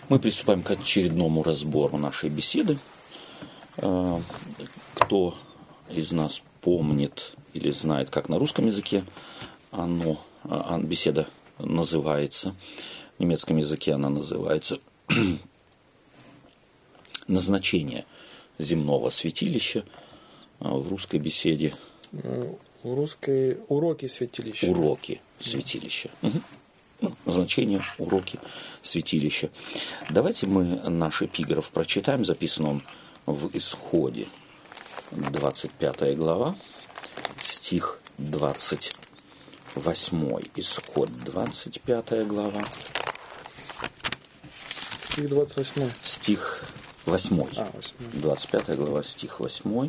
Мы приступаем к очередному разбору нашей беседы. Кто из нас помнит или знает, как на русском языке беседа называется, в немецком языке она называется «Назначение земного святилища», в русской беседе в русской «Уроки святилища». «Уроки святилища». Угу. Значение «Уроки святилища». Давайте мы наш эпиграф прочитаем. Записан он в Исходе, 25 глава, стих 28. Исход, 25 глава. Стих 28. Стих 8. 25 глава, стих 8.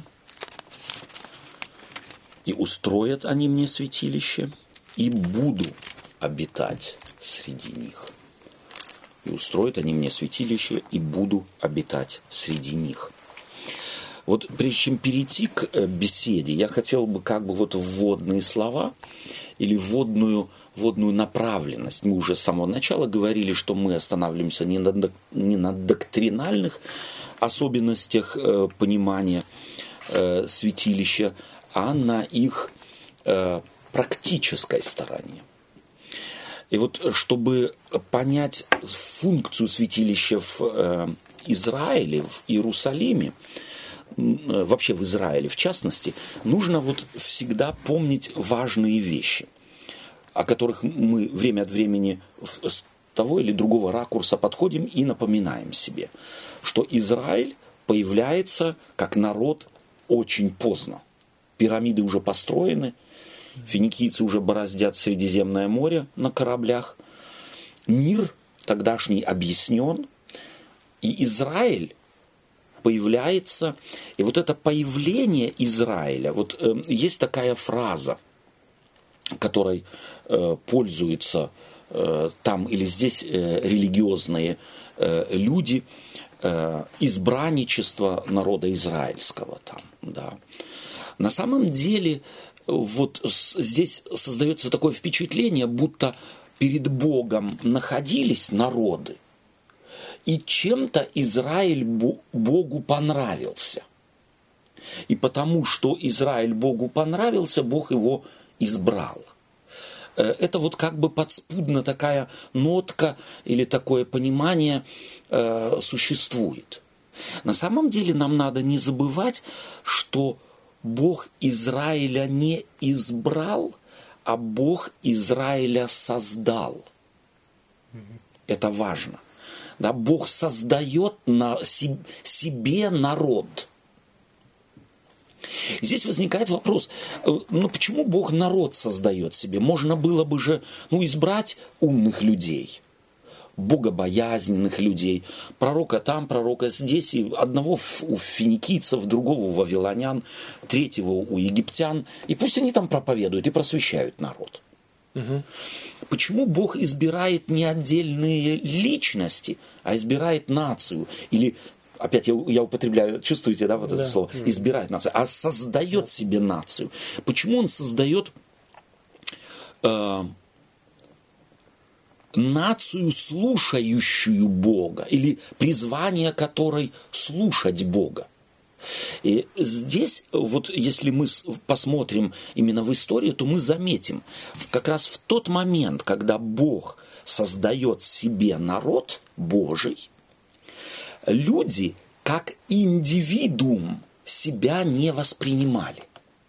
«И устроят они мне святилище, и буду обитать среди них». И устроят они мне святилище, и буду обитать среди них. Вот прежде чем перейти к беседе, я хотел бы вводные слова или вводную направленность. Мы уже с самого начала говорили, что мы останавливаемся не на доктринальных особенностях понимания святилища, а на их практической стороне. И вот чтобы понять функцию святилища в Израиле, в Иерусалиме, вообще в Израиле в частности, нужно всегда помнить важные вещи, о которых мы время от времени с того или другого ракурса подходим и напоминаем себе, что Израиль появляется как народ очень поздно. Пирамиды уже построены, финикийцы уже бороздят Средиземное море на кораблях. Мир тогдашний объяснен, и Израиль появляется. И это появление Израиля, есть такая фраза, которой пользуются там или здесь религиозные люди, избранничество народа израильского там, да. На самом деле, здесь создается такое впечатление, будто перед Богом находились народы, и чем-то Израиль Богу понравился. И потому что Израиль Богу понравился, Бог его избрал. Это подспудно такая нотка или такое понимание существует. На самом деле нам надо не забывать, что Бог Израиля не избрал, а Бог Израиля создал. Это важно. Да, Бог создает на себе народ. Здесь возникает вопрос, почему Бог народ создает себе? Можно было бы же избрать умных людей, богобоязненных людей, пророка там, пророка здесь, и одного у финикийцев, другого у вавилонян, третьего у египтян, и пусть они там проповедуют и просвещают народ. Угу. Почему Бог избирает не отдельные личности, а избирает нацию? Или, опять я употребляю, чувствуете, это слово, избирает нацию, а создает себе нацию? Почему Он создает нацию, слушающую Бога, или призвание которой слушать Бога? И здесь, если мы посмотрим именно в историю, то мы заметим, как раз в тот момент, когда Бог создает себе народ Божий, люди как индивидуум себя не воспринимали.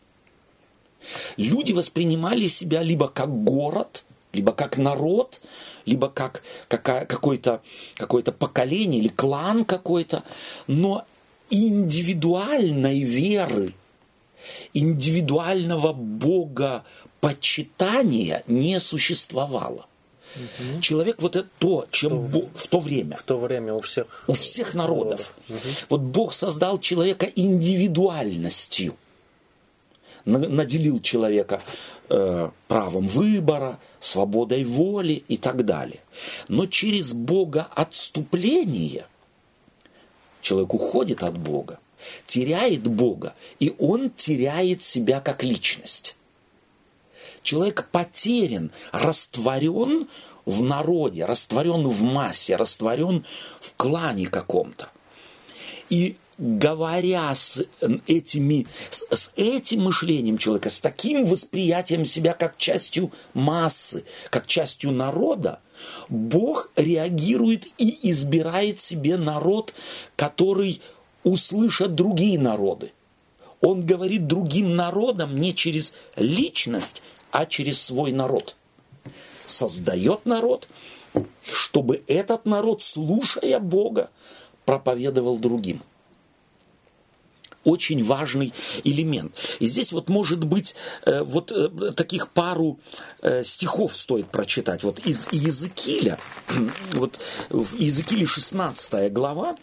Люди воспринимали себя либо как город, либо как народ, либо как какое-то поколение или клан какой-то, но индивидуальной веры, индивидуального богопочитания не существовало. Угу. Человек это то, чем Бог в то время. В то время у всех народов. Угу. Бог создал человека индивидуальностью. Наделил человека правом выбора, свободой воли и так далее. Но через богоотступление человек уходит от Бога, теряет Бога, и он теряет себя как личность. Человек потерян, растворен в народе, растворен в массе, растворен в клане каком-то. И говоря с этим мышлением человека, с таким восприятием себя как частью массы, как частью народа, Бог реагирует и избирает себе народ, который услышат другие народы. Он говорит другим народам не через личность, а через свой народ. Создает народ, чтобы этот народ, слушая Бога, проповедовал другим. Очень важный элемент. И здесь вот может быть таких пару стихов стоит прочитать. Вот из Иезекииля, вот в Иезекииле 16 глава,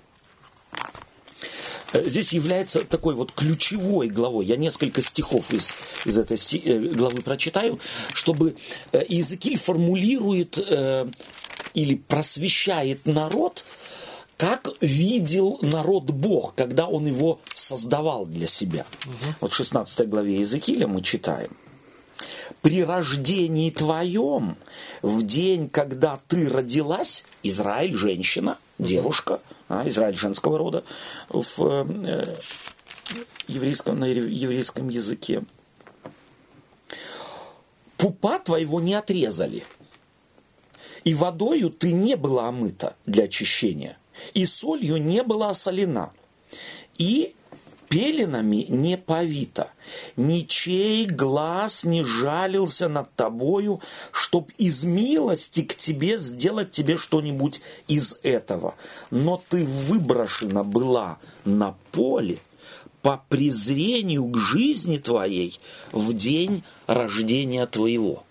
здесь является такой вот ключевой главой. Я несколько стихов из этой главы прочитаю, чтобы Иезекииль формулирует или просвещает народ, как видел народ Бог, когда он его создавал для себя. Вот в 16 главе Иезекииля мы читаем. «При рождении твоем, в день, когда ты родилась, Израиль, женщина, девушка, Израиль женского рода, на еврейском языке, пупа твоего не отрезали, и водою ты не была омыта для очищения, и солью не была осолена, и пеленами не повита, ничей глаз не жалился над тобою, чтоб из милости к тебе сделать тебе что-нибудь из этого. Но ты выброшена была на поле по презрению к жизни твоей в день рождения твоего».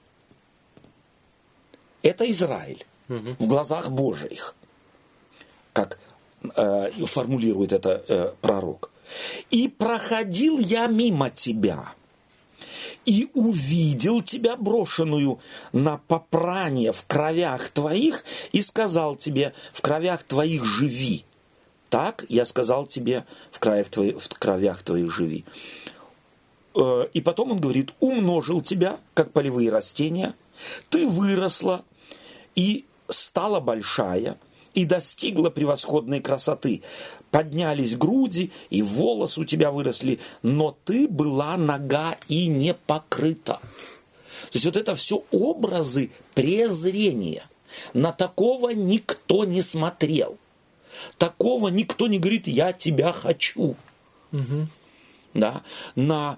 Это Израиль в глазах Божиих, как формулирует это пророк. «И проходил я мимо тебя, и увидел тебя брошенную на попрание в кровях твоих, и сказал тебе: в кровях твоих живи. Так я сказал тебе: в кровях твоих живи». И потом он говорит: умножил тебя, как полевые растения, ты выросла и стала большая, и достигла превосходной красоты. Поднялись груди, и волосы у тебя выросли, но ты была нага и не покрыта. То есть вот это все образы презрения. На такого никто не смотрел. Такого никто не говорит: я тебя хочу. Да? На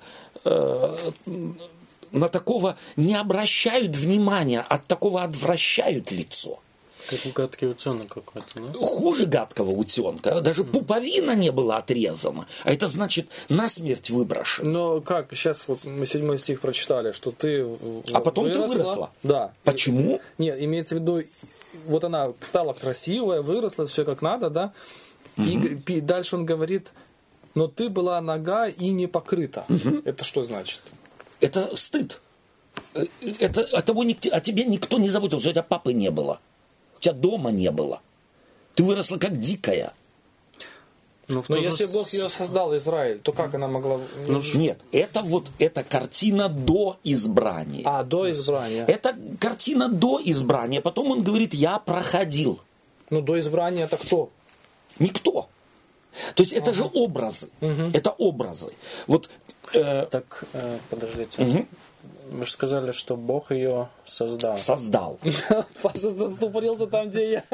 такого не обращают внимания, от такого отвращают лицо. Как гадкий утенок какой-то, да? Хуже гадкого утенка. Даже пуповина не была отрезана. А это значит насмерть выброшена. Но как? Сейчас вот мы 7 стих прочитали, что ты А потом ты выросла. Да. Почему? Нет, имеется в виду, вот она стала красивая, выросла, все как надо, да? И дальше он говорит: но ты была нага и не покрыта. Это что значит? Это стыд. Это о тебе никто не заботился. У тебя папы не было. У тебя дома не было. Ты выросла как дикая. Но если Бог ее создал, Израиль, то как она могла... Нет, это картина до избрания. До избрания. Это картина до избрания. Потом он говорит: я проходил. До избрания это кто? Никто. То есть это же образы. Это образы. Вот. Так, подождите. Мы же сказали, что Бог ее создал. Создал. Паша заступорился там, где я.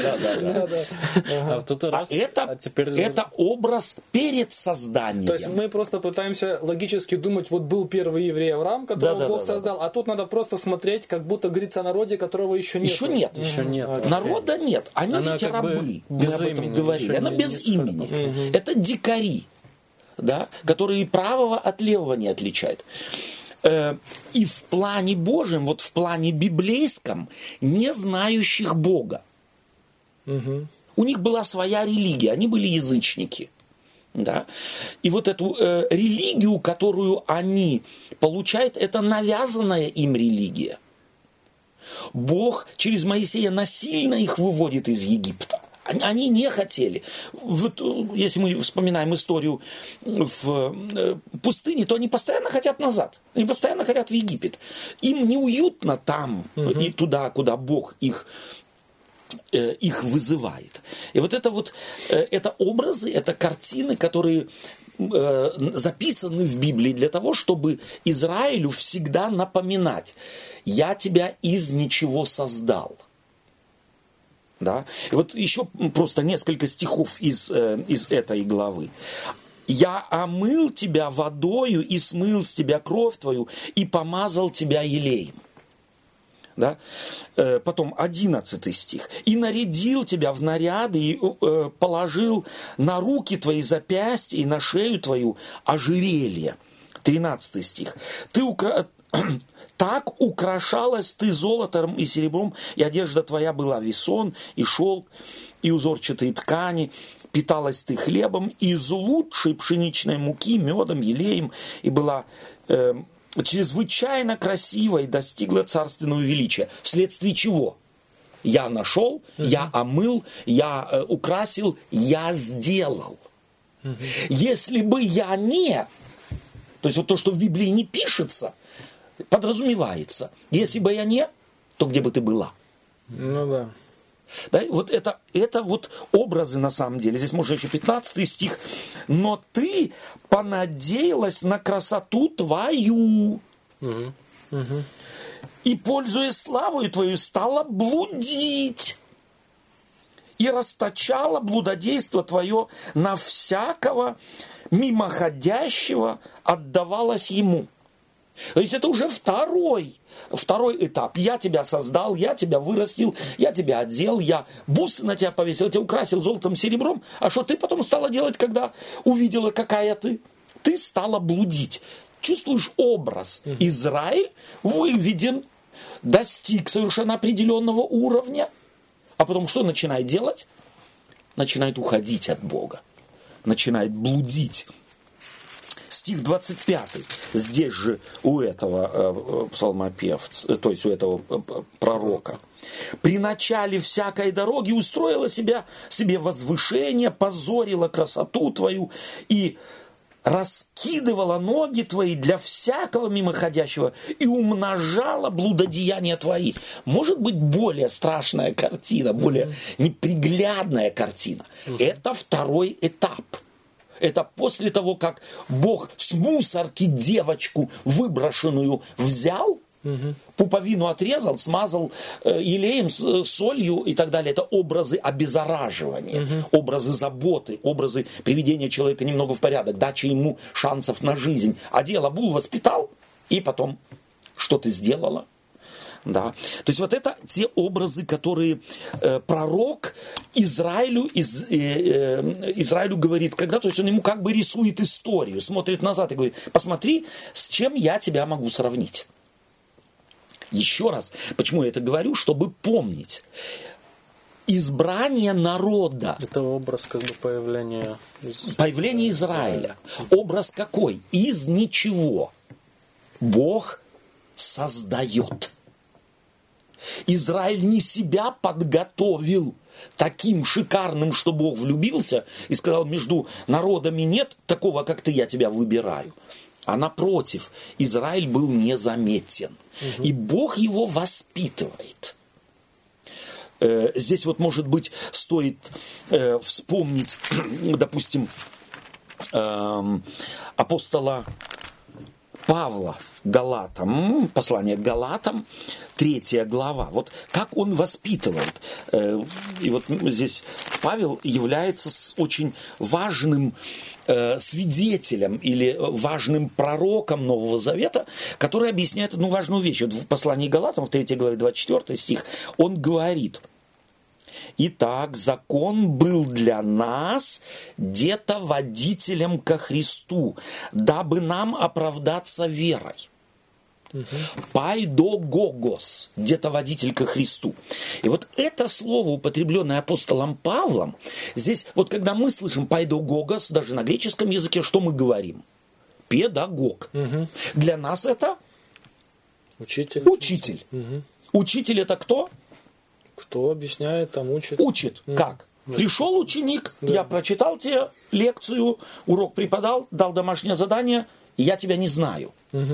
Да. Это образ перед созданием. То есть мы просто пытаемся логически думать: вот был первый еврей Авраам, которого Бог создал, а тут надо просто смотреть, как будто говорится о народе, которого еще нет. Еще нет. Народа нет. Они ведь рабы. Мы об этом говорили. Она без имени. Это дикари, да, которые правого от левого не отличают. И в плане Божьем, вот в плане библейском, не знающих Бога. У них была своя религия, они были язычники. Да? И вот эту религию, которую они получают, это навязанная им религия. Бог через Моисея насильно их выводит из Египта. Они не хотели. Вот, если мы вспоминаем историю в пустыне, то они постоянно хотят назад. Они постоянно хотят в Египет. Им неуютно там и туда, куда Бог их вызывает. И вот это образы, это картины, которые записаны в Библии для того, чтобы Израилю всегда напоминать: я тебя из ничего создал. Да? И вот еще просто несколько стихов из этой главы. «Я омыл тебя водою и смыл с тебя кровь твою и помазал тебя елеем». Да? Потом 11 стих. «И нарядил тебя в наряды, и положил на руки твои запястья и на шею твою ожерелье». 13 стих. «Так украшалась ты золотом и серебром, и одежда твоя была весон, и шелк, и узорчатые ткани, питалась ты хлебом из лучшей пшеничной муки, медом, елеем, и была чрезвычайно красивой, достигла царственного величия». Вследствие чего? Я нашел, я омыл, я украсил, я сделал. Если бы я не... То есть вот то, что в Библии не пишется, подразумевается. Если бы я не, то где бы ты была? Ну да. Да, вот это вот образы на самом деле. Здесь можно еще 15 стих. «Но ты понадеялась на красоту твою, и, пользуясь славою твою, стала блудить, и расточала блудодейство твое на всякого мимоходящего, отдавалось ему». То есть это уже второй этап. Я тебя создал, я тебя вырастил, я тебя одел, я бусы на тебя повесил, я тебя украсил золотом, серебром. А что ты потом стала делать, когда увидела, какая ты? Ты стала блудить. Чувствуешь образ? Израиль выведен, достиг совершенно определенного уровня. А потом что начинает делать? Начинает уходить от Бога. Начинает блудить. Стих 25. Здесь же у этого псалмопевца, то есть у этого пророка. «При начале всякой дороги устроила себе возвышение, позорила красоту твою и раскидывала ноги твои для всякого мимоходящего и умножала блудодеяния твои». Может быть, более страшная картина, более неприглядная картина. Это второй этап. Это после того, как Бог с мусорки девочку выброшенную взял, пуповину отрезал, смазал елеем, солью и так далее. Это образы обеззараживания, образы заботы, образы приведения человека немного в порядок, дачи ему шансов на жизнь. Одел, обул, воспитал, и потом что ты сделала? Да. То есть вот это те образы, которые пророк Израилю говорит, когда, то есть он ему как бы рисует историю, смотрит назад и говорит: посмотри, с чем я тебя могу сравнить. Еще раз, почему я это говорю, чтобы помнить. Избрание народа. Это образ как бы появления Израиля. Образ какой? Из ничего Бог создает. Израиль не себя подготовил таким шикарным, что Бог влюбился и сказал: между народами нет такого, как ты, я тебя выбираю. А напротив, Израиль был незаметен. И Бог его воспитывает. Здесь вот, может быть, стоит вспомнить, допустим, апостола Павла Галатам, послание к Галатам, 3 глава. Вот как он воспитывает. И вот здесь Павел является очень важным свидетелем или важным пророком Нового Завета, который объясняет одну важную вещь. Вот в послании к Галатам, в 3 главе 24 стих, он говорит: «Итак, закон был для нас где-то водителем ко Христу, дабы нам оправдаться верой». Пайдогогос, где-то водитель ко Христу. И вот это слово, употребленное апостолом Павлом, здесь, вот когда мы слышим пайдогогос, даже на греческом языке, что мы говорим? Педагог. Для нас это учитель. Учитель это кто? Кто объясняет, там учит. Учит. Как? Пришел ученик, я прочитал тебе лекцию, урок преподал, дал домашнее задание, и я тебя не знаю.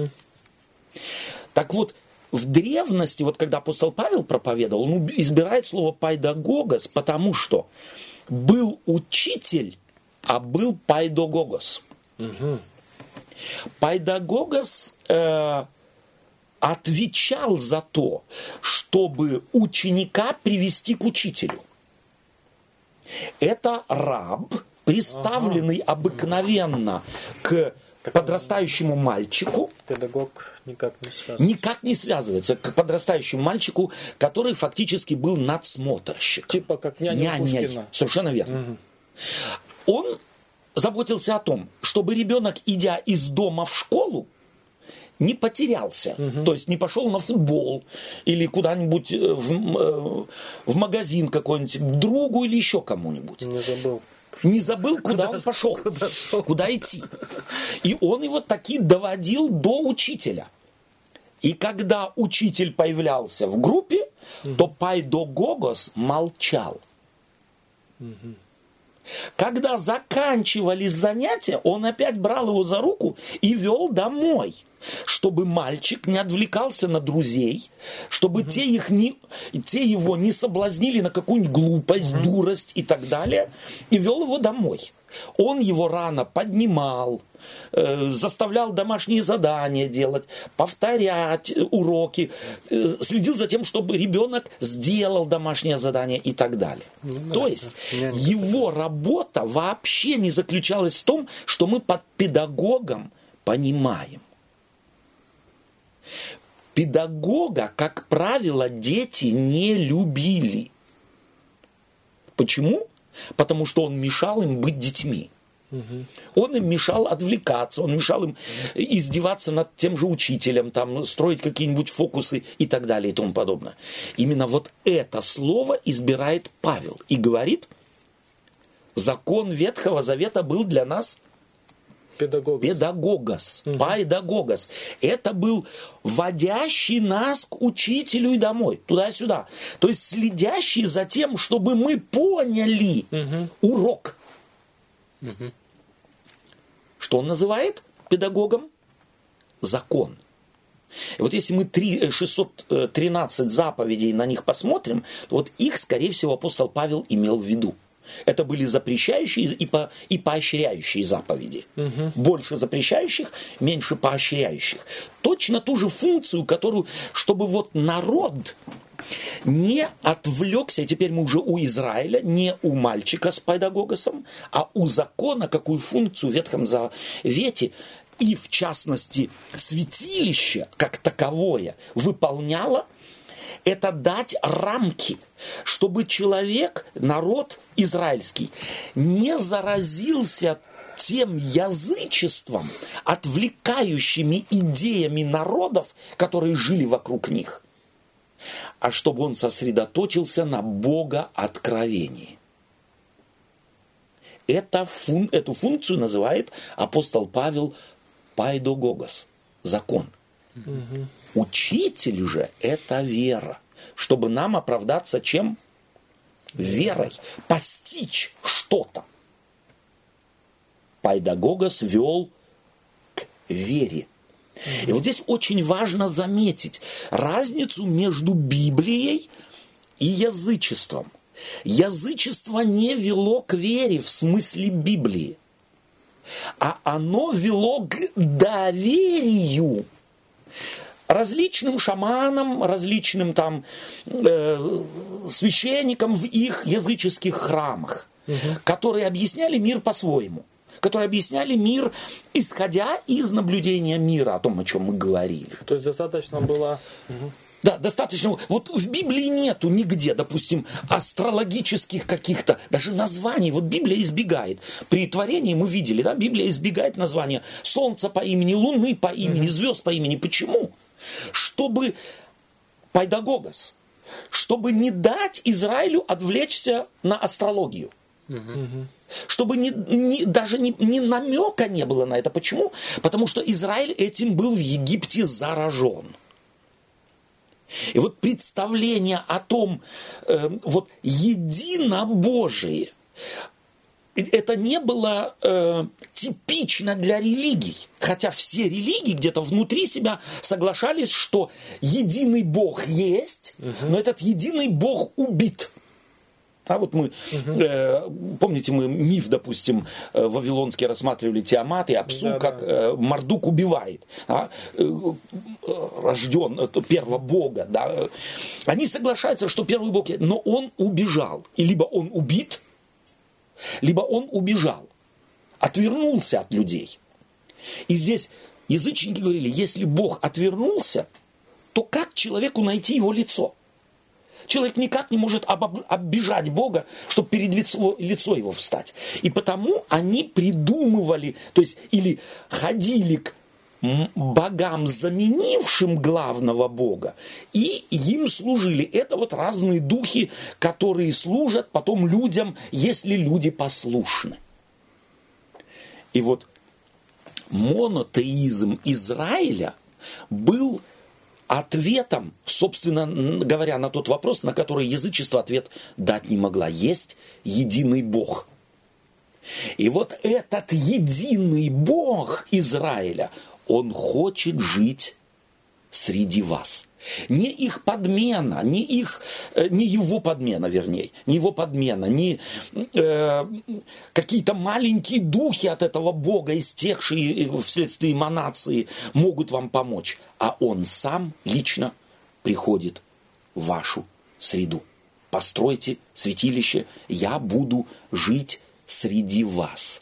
Так вот, в древности, вот когда апостол Павел проповедовал, он избирает слово пайдагогос, потому что был учитель, а был пайдагогос. Пайдагогос отвечал за то, чтобы ученика привести к учителю. Это раб, приставленный обыкновенно к подрастающему мальчику. Педагог никак не связывается. Никак не связывается к подрастающему мальчику, который фактически был надсмотрщик. Типа как няня Пушкина. Совершенно верно. Он заботился о том, чтобы ребенок, идя из дома в школу, не потерялся. То есть не пошел на футбол или куда-нибудь в магазин какой-нибудь, к другу или еще кому-нибудь. Не забыл, куда он пошел, куда идти. И он его таки доводил до учителя. И когда учитель появлялся в группе, то пайдагогос молчал. Когда заканчивались занятия, он опять брал его за руку и вел домой, чтобы мальчик не отвлекался на друзей, чтобы те его не соблазнили на какую-нибудь глупость, дурость и так далее, и вел его домой. Он его рано поднимал, заставлял домашние задания делать, повторять уроки, следил за тем, чтобы ребенок сделал домашнее задание и так далее. То есть его работа вообще не заключалась в том, что мы под педагогом понимаем. Педагога, как правило, дети не любили. Почему? Потому что он мешал им быть детьми. Он им мешал отвлекаться, он мешал им издеваться над тем же учителем, там, строить какие-нибудь фокусы и так далее и тому подобное. Именно вот это слово избирает Павел и говорит, закон Ветхого Завета был для нас педагогос, пайдагогос. Это был водящий нас к учителю и домой, туда-сюда. То есть следящий за тем, чтобы мы поняли урок. Что он называет педагогом? Закон. И вот если мы 613 заповедей на них посмотрим, то вот их, скорее всего, апостол Павел имел в виду. Это были запрещающие и поощряющие заповеди. Больше запрещающих, меньше поощряющих. Точно ту же функцию, которую, чтобы вот народ не отвлекся, и теперь мы уже у Израиля, не у мальчика с пайдагогосом, а у закона, какую функцию в Ветхом Завете, и в частности святилище как таковое выполняло, это дать рамки, чтобы человек, народ израильский, не заразился тем язычеством, отвлекающими идеями народов, которые жили вокруг них, а чтобы он сосредоточился на богооткровении. Эту функцию называет апостол Павел пайдагогос, закон. Учитель же – это вера. Чтобы нам оправдаться чем? Верой. Постичь что-то. Пайдагогос вел к вере. И вот здесь очень важно заметить разницу между Библией и язычеством. Язычество не вело к вере в смысле Библии, а оно вело к доверию различным шаманам, различным там священникам в их языческих храмах, которые объясняли мир по-своему, которые объясняли мир, исходя из наблюдения мира, о том, о чем мы говорили. То есть достаточно было... Да, достаточно. Вот в Библии нету нигде, допустим, астрологических каких-то, даже названий. Вот Библия избегает. При творении мы видели, да, Библия избегает названия Солнца по имени, Луны по имени, звезд по имени. Почему? Чтобы пайдагогос, чтобы не дать Израилю отвлечься на астрологию. Чтобы даже ни намека не было на это. Почему? Потому что Израиль этим был в Египте заражен. И вот представление о том, вот единобожие, это не было типично для религий. Хотя все религии где-то внутри себя соглашались, что единый Бог есть, но этот единый Бог убит. А вот мы, помните, мы миф, допустим, вавилонский рассматривали Тиамат и Апсу, как Мардук убивает, рожден первого бога. Да. Они соглашаются, что первый бог, но он убежал. И либо он убит, либо он убежал, отвернулся от людей. И здесь язычники говорили, если Бог отвернулся, то как человеку найти его лицо? Человек никак не может оббежать Бога, чтобы перед лицо его встать. И потому они придумывали, то есть или ходили к богам, заменившим главного Бога, и им служили. Это вот разные духи, которые служат потом людям, если люди послушны. И вот монотеизм Израиля был ответом, собственно говоря, на тот вопрос, на который язычество ответ дать не могла. Есть единый Бог. И вот этот единый Бог Израиля, он хочет жить среди вас. Не их подмена, не его подмена, вернее, не его подмена, не какие-то маленькие духи от этого Бога, истекшие вследствие эманации, могут вам помочь, а он сам лично приходит в вашу среду. Постройте святилище, я буду жить среди вас.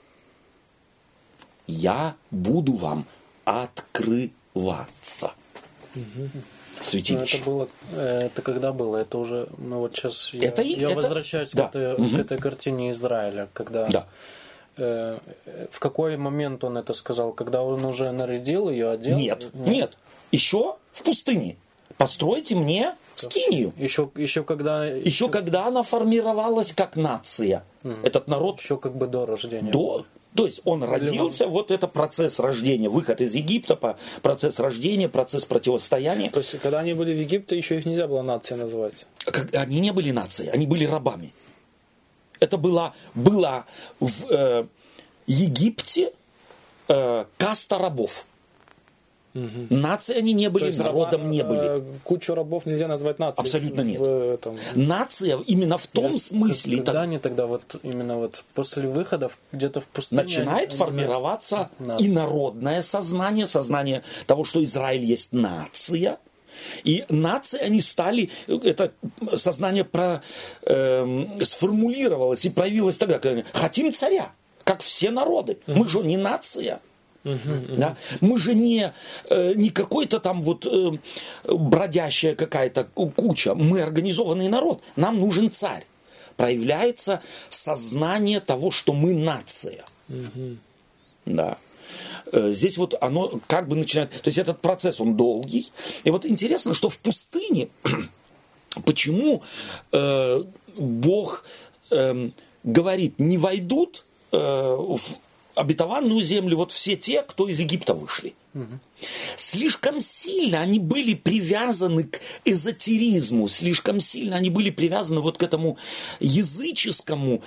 Я буду вам открываться. Святилище. Это когда было? Это уже, вот сейчас я возвращаюсь к этой картине Израиля, когда в какой момент он это сказал, когда он уже нарядил ее, одел? Нет. Еще в пустыне. Постройте мне скинию. Еще когда она формировалась как нация. Этот народ. Еще как бы до рождения. То есть он родился, вот это процесс рождения, выход из Египта, процесс рождения, процесс противостояния. То есть, когда они были в Египте, еще их нельзя было нацией называть? Они не были нацией, они были рабами. Это была в Египте каста рабов. Нацией они не были, народом не были. Кучу рабов нельзя назвать нацией. Абсолютно нет. Нация именно в том смысле. Когда они тогда именно после выхода где-то в пустыне начинает формироваться и народное сознание того, что Израиль есть нация. И нации они стали, это сознание сформулировалось и проявилось тогда, когда хотим царя, как все народы. Мы же не нация. Да? Мы же не какой-то там бродящая какая-то куча. Мы организованный народ. Нам нужен царь. Проявляется сознание того, что мы нация. Да. Здесь вот оно как бы начинает... То есть этот процесс, он долгий. И вот интересно, что в пустыне, почему Бог говорит, не войдут в обетованную землю вот все те, кто из Египта вышли. Слишком сильно они были привязаны к эзотеризму, слишком сильно они были привязаны вот к этому языческому,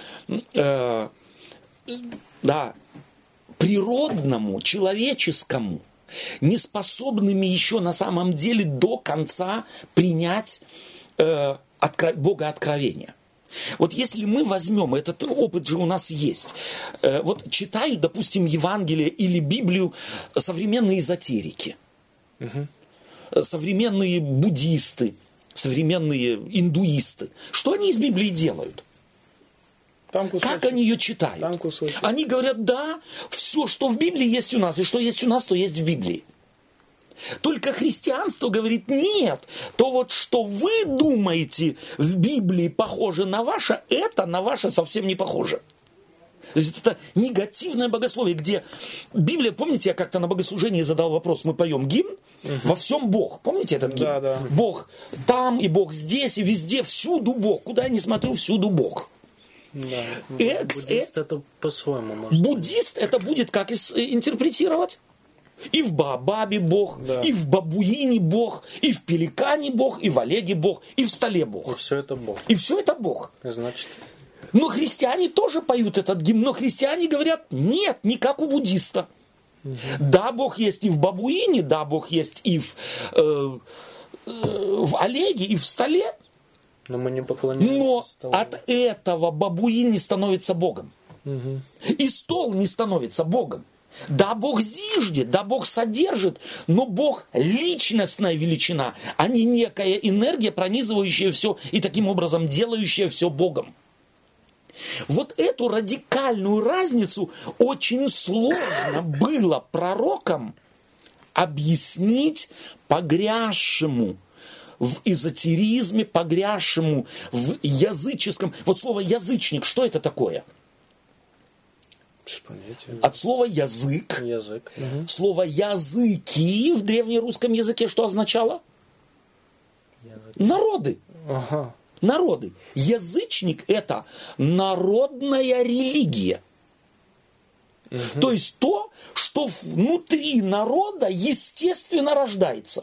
природному, человеческому, неспособными еще на самом деле до конца принять Бога откровения. Вот если мы возьмем, этот опыт же у нас есть, вот читают, допустим, Евангелие или Библию современные эзотерики, современные буддисты, современные индуисты. Что они из Библии делают? Как они ее читают? Они говорят, да, все, что в Библии есть у нас, и что есть у нас, то есть в Библии. Только христианство говорит, нет, то вот что вы думаете в Библии похоже на ваше, это на ваше совсем не похоже. То есть это негативное богословие, где Библия, помните, я как-то на богослужении задал вопрос, мы поем гимн, во всем Бог, помните этот гимн? Да. Бог там, и Бог здесь, и везде, всюду Бог, куда я ни смотрю, всюду Бог. Да. Буддист это по-своему может. Буддист это будет как интерпретировать? И в Баобабе Бог, да. И в Бабуине Бог, и в Пеликане Бог, и в Олеге Бог, и в Столе Бог. И все это Бог. И все это Бог. Значит... Но христиане тоже поют этот гимн, но христиане говорят, нет, не как у буддиста. Угу. Да, Бог есть и в Бабуине, да, Бог есть и в Олеге, и в Столе. Но мы не поклоняемся Но столу. От этого Бабуин не становится Богом. Угу. И стол не становится Богом. Да, Бог зиждет, да, Бог содержит, но Бог личностная величина, а не некая энергия, пронизывающая все и таким образом делающая все Богом. Вот эту радикальную разницу очень сложно было пророкам объяснить погрязшему в эзотеризме, погрязшему в языческом. Вот слово язычник, что это такое? От слова язык. Язык. Угу. Слово языки в древнерусском языке что означало? Язык. Народы. Ага. Народы. Язычник — это народная религия. Угу. То есть то, что внутри народа естественно рождается.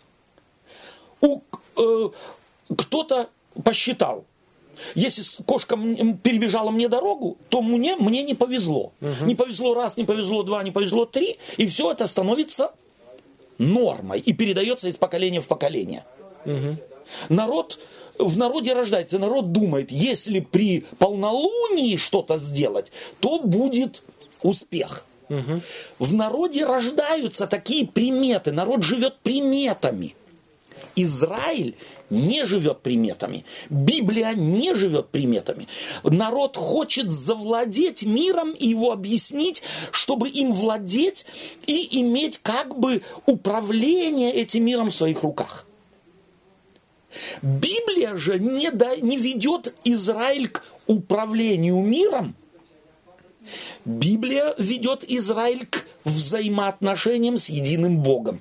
Кто-то посчитал, если кошка перебежала мне дорогу, то мне не повезло. Угу. Не повезло раз, не повезло два, не повезло три, и все это становится нормой и передается из поколения в поколение. Угу. В народе рождается, народ думает, если при полнолунии что-то сделать, то будет успех. Угу. В народе рождаются такие приметы, народ живет приметами. Израиль не живет приметами. Библия не живет приметами. Народ хочет завладеть миром и его объяснить, чтобы им владеть и иметь как бы управление этим миром в своих руках. Библия же не ведет Израиль к управлению миром. Библия ведет Израиль к взаимоотношениям с единым Богом.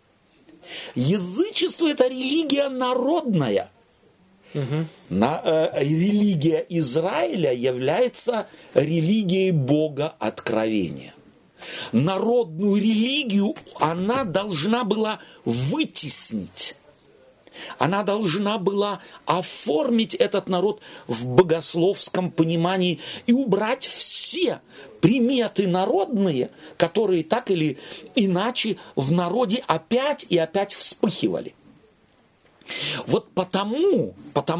Язычество – это религия народная. Угу. Религия Израиля является религией Бога откровения. Народную религию она должна была вытеснить. Она должна была оформить этот народ в богословском понимании и убрать все приметы народные, которые так или иначе в народе опять и опять вспыхивали. Вот потому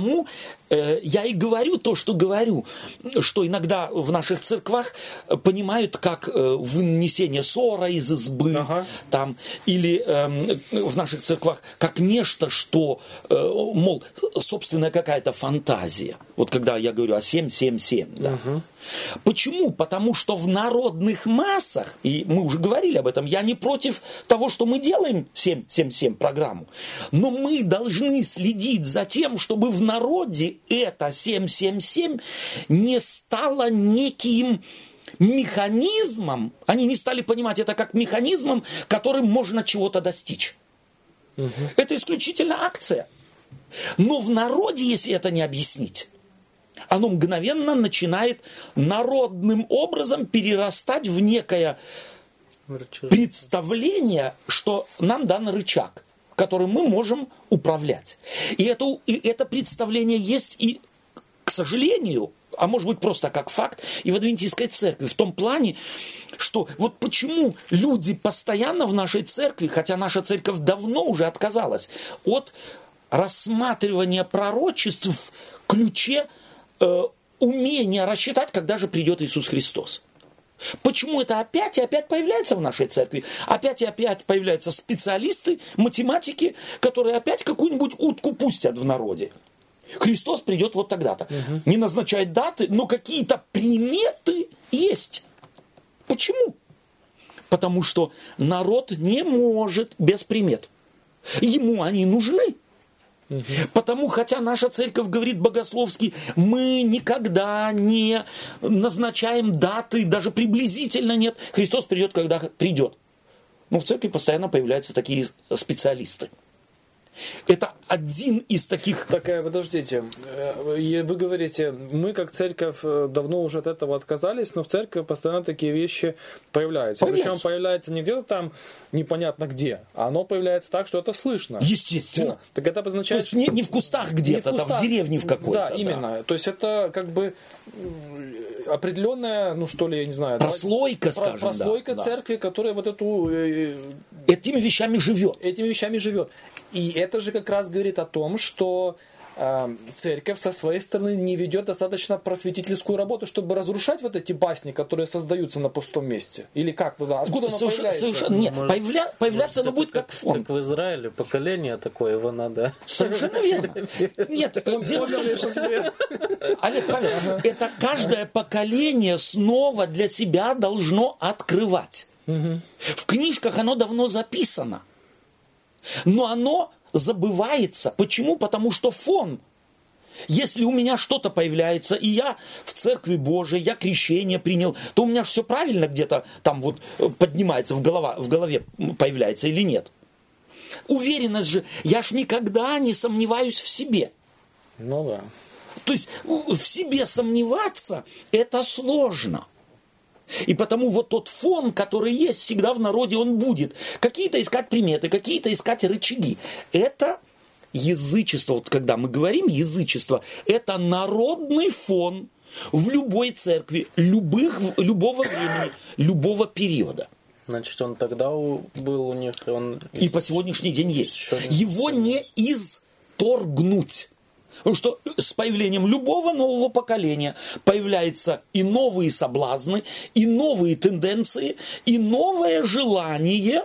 я и говорю то, что говорю, что иногда в наших церквах понимают как вынесение ссора из избы, там, или в наших церквах как нечто, что, мол, собственная какая-то фантазия. Вот когда я говорю о 7-7-7. Да. Почему? Потому что в народных массах, и мы уже говорили об этом, я не против того, что мы делаем 7-7-7 программу, но мы должны следить за тем, чтобы в народе это 7-7-7 не стало неким механизмом, они не стали понимать это как механизмом, которым можно чего-то достичь. Это исключительно акция. Но в народе, если это не объяснить, оно мгновенно начинает народным образом перерастать в некое представление, что нам дан рычаг, которым мы можем управлять. И это представление есть и, к сожалению, а может быть просто как факт, и в адвентистской церкви, в том плане, что вот почему люди постоянно в нашей церкви, хотя наша церковь давно уже отказалась от рассматривания пророчеств в ключе умения рассчитать, когда же придет Иисус Христос. Почему это опять и опять появляется в нашей церкви? Опять и опять появляются специалисты, математики, которые опять какую-нибудь утку пустят в народе. Христос придет вот тогда-то. Не назначает даты, но какие-то приметы есть. Почему? Потому что народ не может без примет. Ему они нужны. Потому, хотя наша церковь говорит богословски, мы никогда не назначаем даты, даже приблизительно нет. Христос придет, когда придет. Но в церкви постоянно появляются такие специалисты. Это один из таких... Так, подождите. Вы говорите, мы как церковь давно уже от этого отказались, но в церкви постоянно такие вещи появляются. Причем появляется не где-то там непонятно где, а оно появляется так, что это слышно. Естественно. Так это обозначает... То есть не в кустах где-то, там в деревне в какой-то. Да, именно. То есть это как бы определенная, ну что ли, я не знаю... Прослойка, скажем. Прослойка церкви, которая вот эту... Этими вещами живет. И это же как раз говорит о том, что церковь со своей стороны не ведет достаточно просветительскую работу, чтобы разрушать вот эти басни, которые создаются на пустом месте. Или как? Да? Откуда оно появляется? Совершенно нет. Появляться оно будет как фон. Как в Израиле поколение такое, его надо... Совершенно верно. Нет, Олег, Павел, это каждое поколение снова для себя должно открывать. В книжках оно давно записано. Но оно забывается. Почему? Потому что фон. Если у меня что-то появляется, и я в Церкви Божией, я крещение принял, то у меня все правильно где-то там вот поднимается, в голове появляется или нет. Уверенность же, я ж никогда не сомневаюсь в себе. Ну да. То есть в себе сомневаться это сложно. И потому вот тот фон, который есть всегда в народе, он будет. Какие-то искать приметы, какие-то искать рычаги. Это язычество. Вот когда мы говорим язычество, это народный фон в любой церкви, любого времени, любого периода. Значит, он тогда был у них... И по сегодняшний день есть. Его не исторгнуть. Потому что с появлением любого нового поколения появляются и новые соблазны, и новые тенденции, и новое желание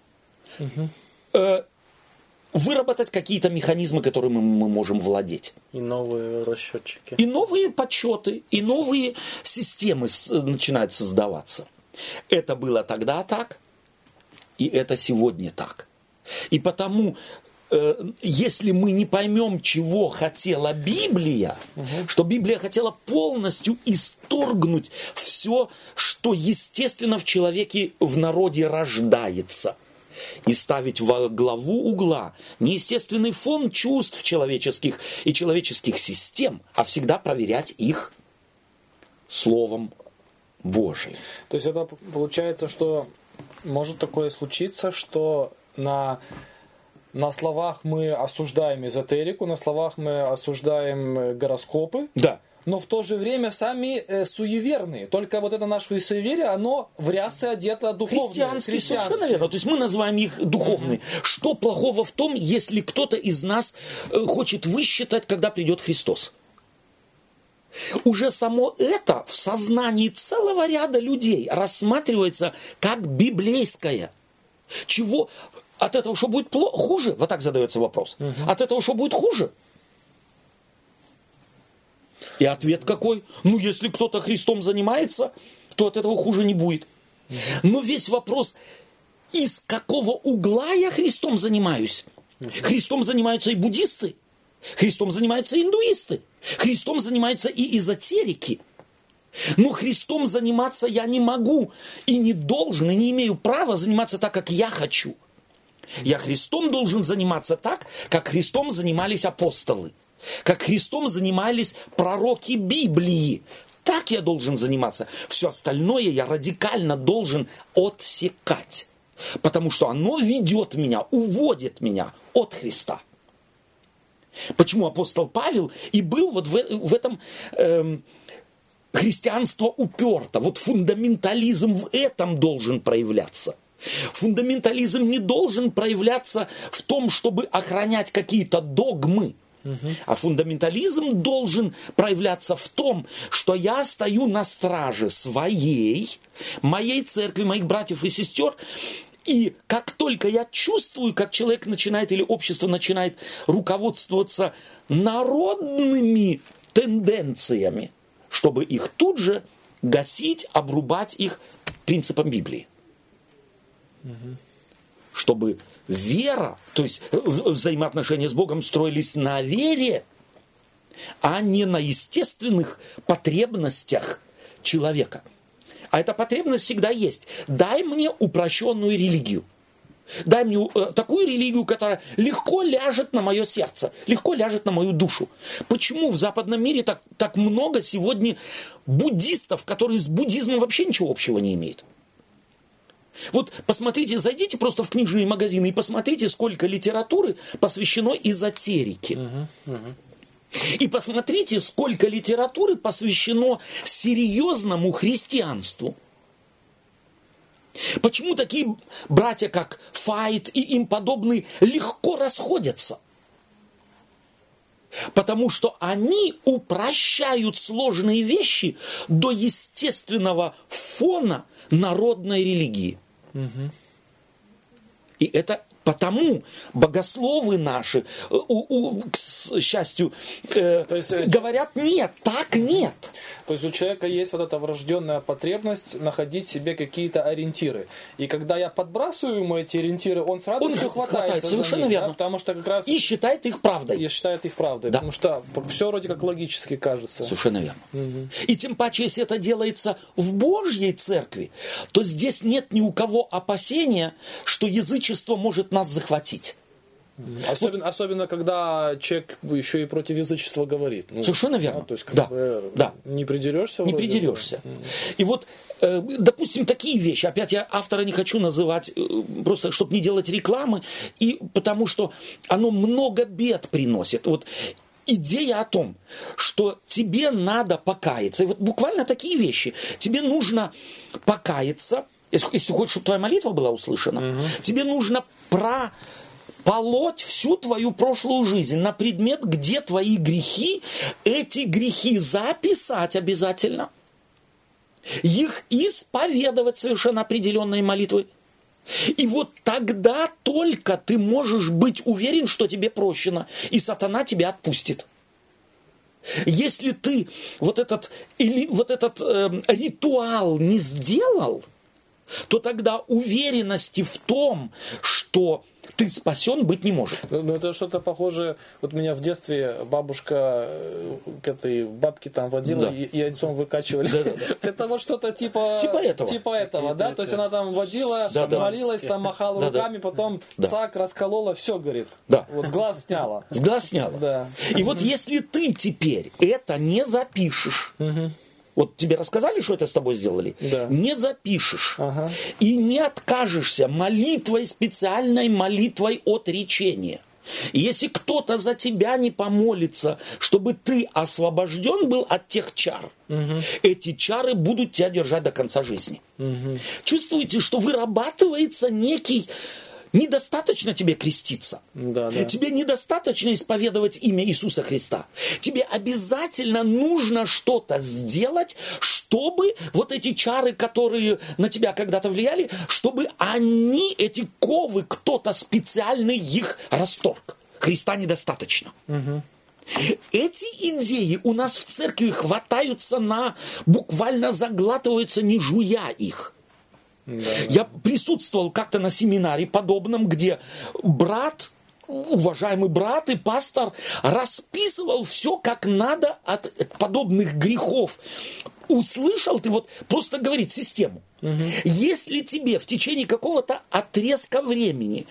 выработать какие-то механизмы, которыми мы можем владеть. И новые расчетчики. И новые подсчеты, и новые системы начинают создаваться. Это было тогда так, и это сегодня так. И потому... если мы не поймем, чего хотела Библия, что Библия хотела полностью исторгнуть все, что естественно в человеке, в народе рождается, и ставить во главу угла неестественный фон чувств человеческих и человеческих систем, а всегда проверять их Словом Божиим. То есть это получается, что может такое случиться, что на словах мы осуждаем эзотерику, на словах мы осуждаем гороскопы. Да. Но в то же время сами суеверные. Только вот это наше суеверие, оно в рясы одето духовное. Христианские, совершенно верно. То есть мы называем их духовные. Что плохого в том, если кто-то из нас хочет высчитать, когда придет Христос? Уже само это в сознании целого ряда людей рассматривается как библейское. Чего... От этого что будет хуже? Вот так задается вопрос. От этого что будет хуже? И ответ какой? Ну, если кто-то Христом занимается, то от этого хуже не будет. Но весь вопрос, из какого угла я Христом занимаюсь? Христом занимаются и буддисты, Христом занимаются и индуисты, Христом занимаются и эзотерики. Но Христом заниматься я не могу и не должен, и не имею права заниматься так, как я хочу. Я Христом должен заниматься так, как Христом занимались апостолы, как Христом занимались пророки Библии. Так я должен заниматься. Все остальное я радикально должен отсекать, потому что оно ведет меня, уводит меня от Христа. Почему апостол Павел и был вот в этом христианство уперто, вот фундаментализм в этом должен проявляться. Фундаментализм не должен проявляться в том, чтобы охранять какие-то догмы. А фундаментализм должен проявляться в том, что я стою на страже моей церкви, моих братьев и сестер. И как только я чувствую, как человек начинает или общество начинает руководствоваться народными тенденциями, чтобы их тут же гасить, обрубать их принципом Библии. Чтобы вера, то есть взаимоотношения с Богом строились на вере, а не на естественных потребностях человека. А эта потребность всегда есть. Дай мне упрощенную религию. Дай мне такую религию, которая легко ляжет на мое сердце, легко ляжет на мою душу. Почему в западном мире так много сегодня буддистов, которые с буддизмом вообще ничего общего не имеют? Вот посмотрите, зайдите просто в книжные магазины и посмотрите, сколько литературы посвящено эзотерике. И посмотрите, сколько литературы посвящено серьезному христианству. Почему такие братья, как Файт и им подобные, легко расходятся? Потому что они упрощают сложные вещи до естественного фона народной религии. И это потому богословы наши, к счастью, говорят, нет, так нет. То есть у человека есть вот эта врожденная потребность находить себе какие-то ориентиры. И когда я подбрасываю ему эти ориентиры, он с радостью хватается совершенно за них, верно. Да, потому что как раз... И считает их правдой. И считает их правдой. Да. Потому что все вроде как логически кажется. Совершенно верно. И тем паче, если это делается в Божьей церкви, то здесь нет ни у кого опасения, что язычество может нас захватить. Особенно, когда человек еще и против язычества говорит. Совершенно верно. То есть, не придерешься. Не придерешься. И вот, допустим, такие вещи. Опять я автора не хочу называть, просто чтобы не делать рекламы, и потому что оно много бед приносит. Вот идея о том, что тебе надо покаяться. И вот буквально такие вещи. Тебе нужно покаяться. Если хочешь, чтобы твоя молитва была услышана, тебе нужно прополоть всю твою прошлую жизнь на предмет, где твои грехи, эти грехи записать обязательно, их исповедовать совершенно определенной молитвой. И вот тогда только ты можешь быть уверен, что тебе прощено, и сатана тебя отпустит. Если ты вот этот ритуал не сделал, то тогда уверенности в том, что ты спасен, быть не может. Ну, это что-то похожее. Вот меня в детстве бабушка к этой бабке там водила, и яйцом выкачивали. Это вот что-то типа этого, да? То есть она там водила, молилась, там махала руками, потом цак, расколола, все, говорит. Вот глаз сняла. С глаз сняла. Да. И вот если ты теперь это не запишешь, вот тебе рассказали, что это с тобой сделали? Да. Не запишешь. И не откажешься молитвой, специальной молитвой отречения. И если кто-то за тебя не помолится, чтобы ты освобожден был от тех чар, эти чары будут тебя держать до конца жизни. Чувствуете, что вырабатывается некий... Недостаточно тебе креститься. Тебе недостаточно исповедовать имя Иисуса Христа. Тебе обязательно нужно что-то сделать, чтобы вот эти чары, которые на тебя когда-то влияли, чтобы они, эти ковы, кто-то специальный их расторг. Христа недостаточно. Эти идеи у нас в церкви хватаются буквально заглатываются, не жуя их. Я присутствовал как-то на семинаре подобном, где уважаемый брат и пастор расписывал все, как надо от подобных грехов. Услышал ты, вот просто говорит систему. Если тебе в течение какого-то отрезка времени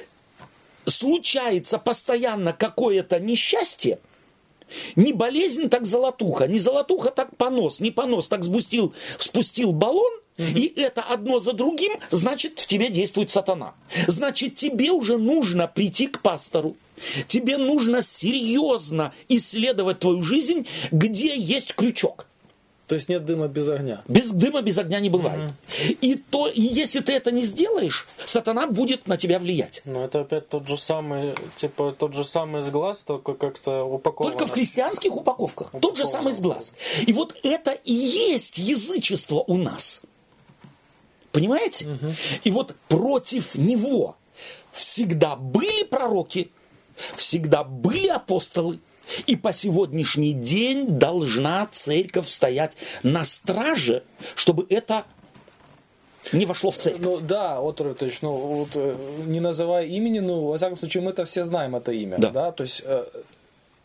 случается постоянно какое-то несчастье, не болезнь, так золотуха, не золотуха, так понос, не понос, так спустил баллон, и это одно за другим, значит, в тебе действует сатана. Значит, тебе уже нужно прийти к пастору. Тебе нужно серьезно исследовать твою жизнь, где есть крючок. То есть нет дыма без огня. Без дыма без огня не бывает. И если ты это не сделаешь, сатана будет на тебя влиять. Но это опять тот же самый сглаз, только как-то упакован. Только в христианских упаковках. Тот же самый сглаз. И вот это и есть язычество у нас. Понимаете? И вот против него всегда были пророки, всегда были апостолы. И по сегодняшний день должна церковь стоять на страже, чтобы это не вошло в церковь. Ну да, Отто Ратович, не называя имени, во всяком случае, мы-то все знаем это имя. Да? То есть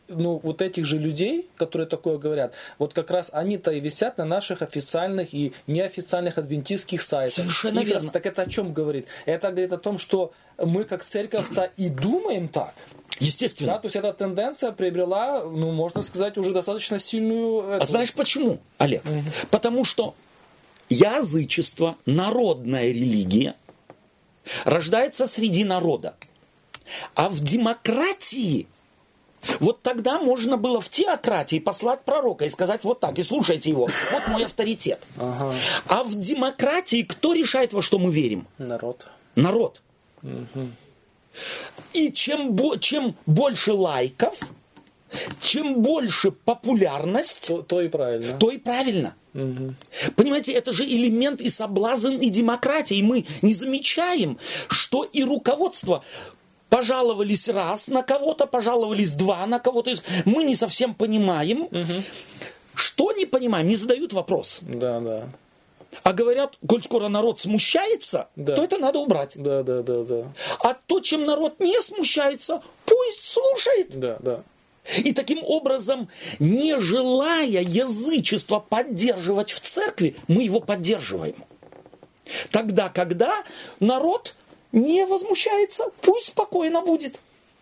вот этих же людей, которые такое говорят, вот как раз они-то и висят на наших официальных и неофициальных адвентистских сайтах. Совершенно верно. Так это о чем говорит? Это говорит о том, что мы как церковь-то и думаем так. Естественно. Да, то есть эта тенденция приобрела, можно сказать, уже достаточно сильную... А знаешь почему, Олег? Потому что язычество, народная религия, рождается среди народа. А в демократии, вот тогда можно было в теократии послать пророка и сказать вот так, и слушайте его, вот мой авторитет. Ага. А в демократии кто решает, во что мы верим? Народ. Народ. Угу. И чем больше лайков, чем больше популярность, то и правильно. То и правильно. Угу. Понимаете, это же элемент и соблазн, и демократии. Мы не замечаем, что и руководство пожаловались раз на кого-то, пожаловались два на кого-то. Мы не совсем понимаем. Угу. Что не понимаем, не задают вопрос. Да, да. А говорят, коль скоро народ смущается, да. то это надо убрать. Да. А то, чем народ не смущается, пусть слушает. Да. И таким образом, не желая язычество поддерживать в церкви, мы его поддерживаем. Тогда, когда народ не возмущается, пусть спокойно будет.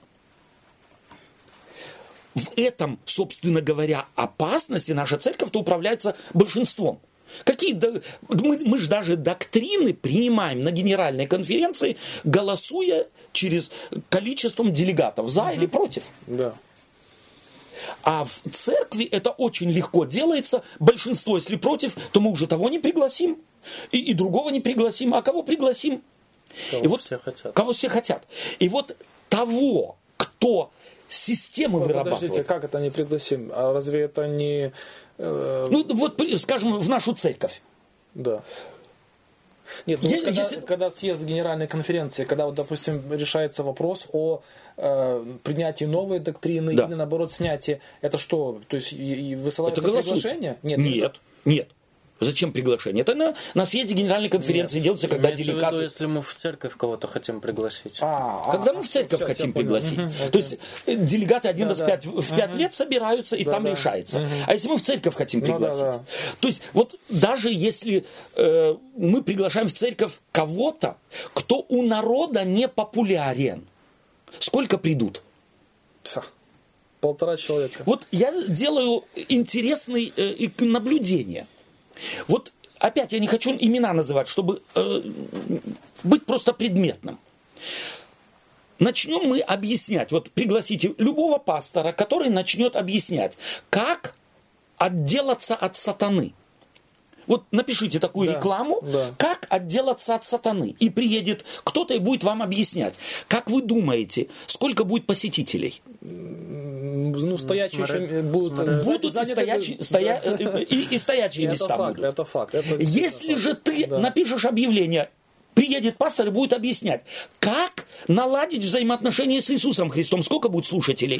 В этом, собственно говоря, опасности наша церковь-то управляется большинством. Мы же даже доктрины принимаем на генеральной конференции, голосуя через количеством делегатов, за или против. Да. А в церкви это очень легко делается. Большинство, если против, то мы уже того не пригласим, и другого не пригласим. А кого пригласим? Кого все хотят. И вот того, кто системы вырабатывает. Подождите, как это не пригласим? А разве это не... скажем, в нашу церковь. Да. Нет, когда съезд Генеральной конференции, когда, допустим, решается вопрос о принятии новой доктрины или, наоборот, снятии, это что? То есть высылается приглашение? Нет. Зачем приглашение? Это на съезде Генеральной конференции делается, когда делегаты... если мы в церковь кого-то хотим пригласить. Когда мы в церковь хотим пригласить. То есть делегаты один раз в 5 лет собираются, и там решается. А если мы в церковь хотим пригласить? То есть вот даже если мы приглашаем в церковь кого-то, кто у народа не популярен, сколько придут? 1,5 человека. Вот я делаю интересные наблюдения. Вот опять я не хочу имена называть, чтобы быть просто предметным. Начнем мы объяснять. Вот пригласите любого пастора, который начнет объяснять, как отделаться от сатаны. Вот напишите такую рекламу, как отделаться от сатаны. И приедет кто-то и будет вам объяснять. Как вы думаете, сколько будет посетителей? Стоячие еще будут и стоячие места будут. Это факт. Если же ты напишешь объявление, приедет пастор и будет объяснять, как наладить взаимоотношения с Иисусом Христом. Сколько будет слушателей?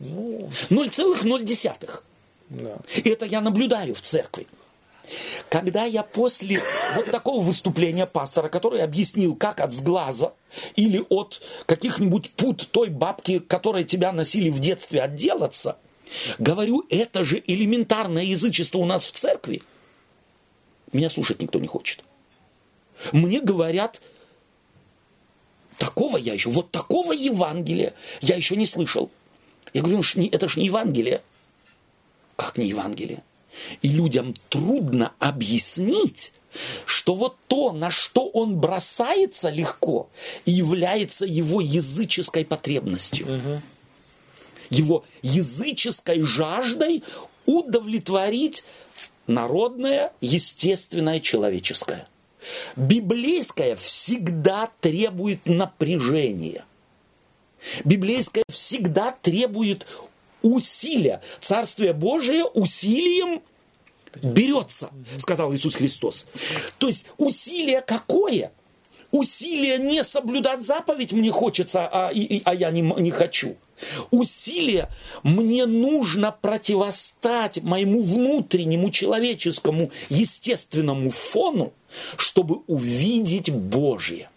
0,0. Да. И это я наблюдаю в церкви. Когда я после вот такого выступления пастора, который объяснил, как от сглаза или от каких-нибудь пут той бабки, которой тебя носили в детстве, отделаться, говорю, это же элементарное язычество у нас в церкви. Меня слушать никто не хочет. Мне говорят, такого Евангелия я еще не слышал. Я говорю, это ж не Евангелие. Как не Евангелие? И людям трудно объяснить, что вот то, на что он бросается легко, является его языческой потребностью. Его языческой жаждой удовлетворить народное, естественное, человеческое. Библейское всегда требует напряжения. Библейское всегда требует усилия. Царствие Божие усилием берется, сказал Иисус Христос. То есть усилие какое? Усилие не соблюдать заповедь мне хочется, а я не хочу. Усилие мне нужно противостать моему внутреннему человеческому естественному фону, чтобы увидеть Божье.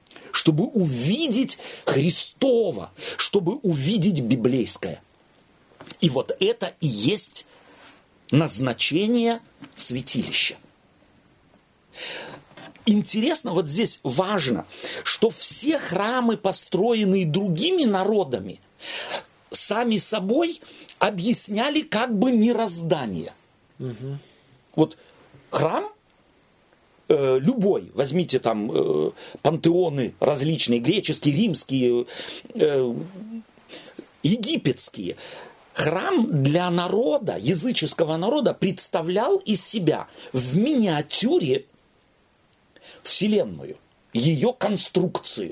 Чтобы увидеть Христово, чтобы увидеть библейское. И вот это и есть назначение святилища. Интересно, вот здесь важно, что все храмы, построенные другими народами, сами собой объясняли как бы мироздание. Угу. Вот храм любой, возьмите там пантеоны различные, греческие, римские, египетские. Храм для народа, языческого народа, представлял из себя в миниатюре Вселенную, ее конструкцию.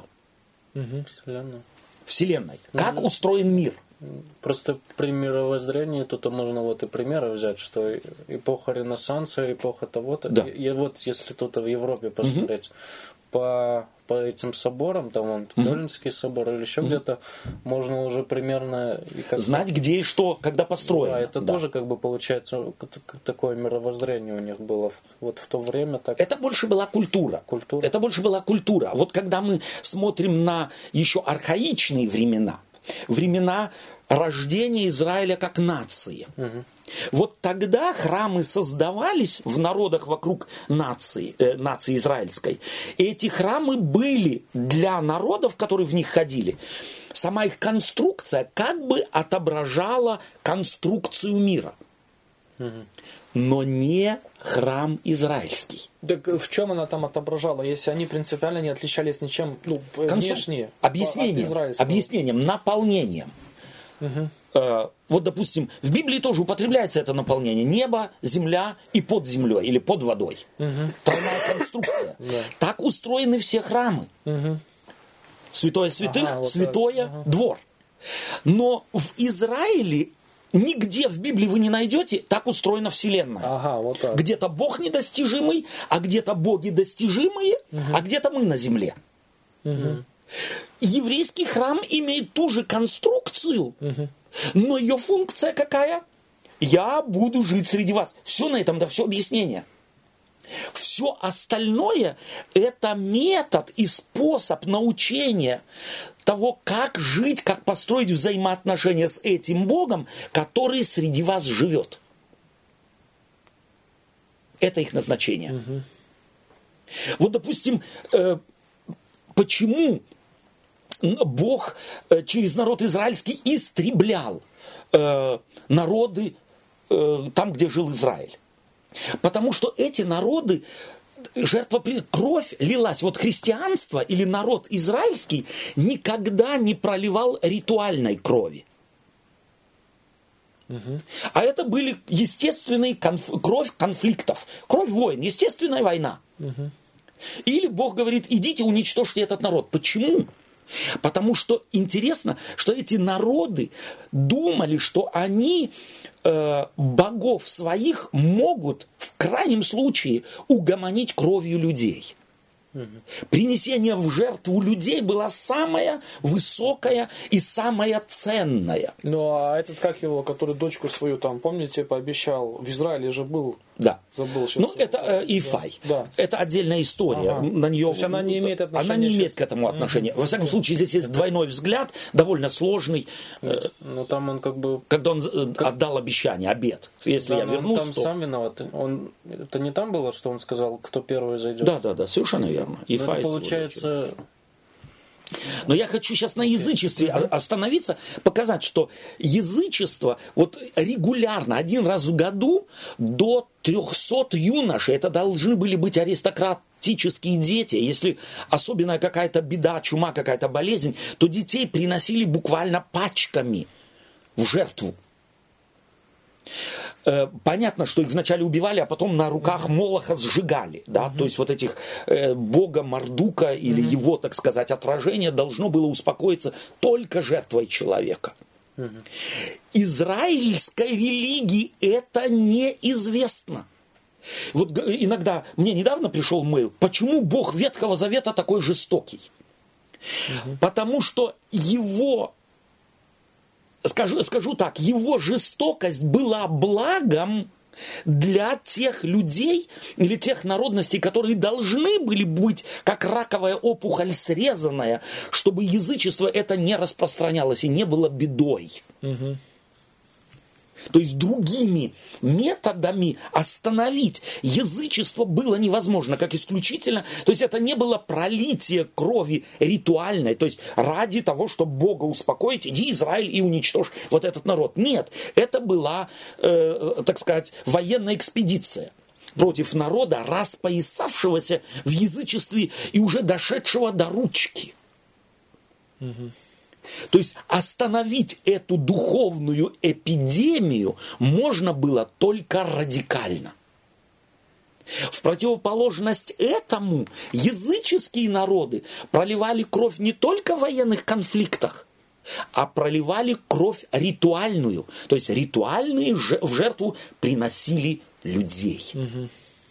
Вселенной. Как устроен мир. Просто при мировоззрении тут можно вот и примеры взять, что эпоха Ренессанса, эпоха того-то. Да. И вот если тут в Европе посмотреть, по этим соборам, там вон Кёльнский собор или еще где-то, можно уже примерно... знать, где и что, когда построено. Да, это тоже как бы получается такое мировоззрение у них было вот в то время. Так... Это больше была культура. Это больше была культура. Вот когда мы смотрим на еще архаичные времена, времена рождения Израиля как нации. Вот тогда храмы создавались в народах вокруг нации израильской. И эти храмы были для народов, которые в них ходили. Сама их конструкция как бы отображала конструкцию мира. Но не храм израильский. Так в чем она там отображала, если они принципиально не отличались ничем, внешне? Объяснением, наполнением. Вот, допустим, в Библии тоже употребляется это наполнение. Небо, земля и под землей, или под водой. Тройная конструкция. Так устроены все храмы. Святое святых, святое двор. Но в Израиле нигде в Библии вы не найдете, так устроена Вселенная. Вот так. Где-то Бог недостижимый, а где-то боги достижимые, а где-то мы на земле. Еврейский храм имеет ту же конструкцию, но ее функция какая? Я буду жить среди вас. Все на этом, да, все объяснение. Все остальное – это метод и способ научения того, как жить, как построить взаимоотношения с этим Богом, который среди вас живет. Это их назначение. Вот, допустим, почему Бог через народ израильский истреблял народы там, где жил Израиль? Потому что эти народы, кровь лилась. Вот христианство или народ израильский никогда не проливал ритуальной крови. А это были естественные кровь конфликтов, кровь войн, естественная война. Или Бог говорит, идите уничтожьте этот народ. Почему? Потому что интересно, что эти народы думали, что они богов своих могут в крайнем случае угомонить кровью людей. Принесение в жертву людей было самое высокое и самое ценное. Ну, а этот, как его, который дочку свою там, помните, пообещал, в Израиле же был. Да. Забыл сейчас. Ну, это Ифай. Да. Это отдельная история. На нее, то есть она не имеет отношения. Она не имеет к этому отношения. Во всяком случае, здесь есть двойной взгляд, довольно сложный. Но там он как бы... Когда он отдал обещание, обет. Если я вернусь, он там сам виноват. Это не там было, что он сказал, кто первый зайдет? Да, совершенно верно. Это получается... Но я хочу сейчас на язычестве остановиться, показать, что язычество вот регулярно, один раз в году до 300 юношей, это должны были быть аристократические дети. Если особенная какая-то беда, чума, какая-то болезнь, то детей приносили буквально пачками в жертву. Понятно, что их вначале убивали, а потом на руках Молоха сжигали. Да? То есть вот этих бога Мардука или его, так сказать, отражение должно было успокоиться только жертвой человека. Израильской религии это неизвестно. Вот иногда, мне недавно пришел мейл, почему Бог Ветхого Завета такой жестокий? Потому что его... Скажу так, его жестокость была благом для тех людей или тех народностей, которые должны были быть как раковая опухоль срезанная, чтобы язычество это не распространялось и не было бедой. То есть другими методами остановить язычество было невозможно, как исключительно. То есть это не было пролитие крови ритуальной, то есть ради того, чтобы Бога успокоить, иди, Израиль, и уничтожь вот этот народ. Нет, это была, так сказать, военная экспедиция против народа, распоясавшегося в язычестве и уже дошедшего до ручки. Угу. То есть остановить эту духовную эпидемию можно было только радикально. В противоположность этому языческие народы проливали кровь не только в военных конфликтах, а проливали кровь ритуальную. То есть ритуальные в жертву приносили людей. Угу.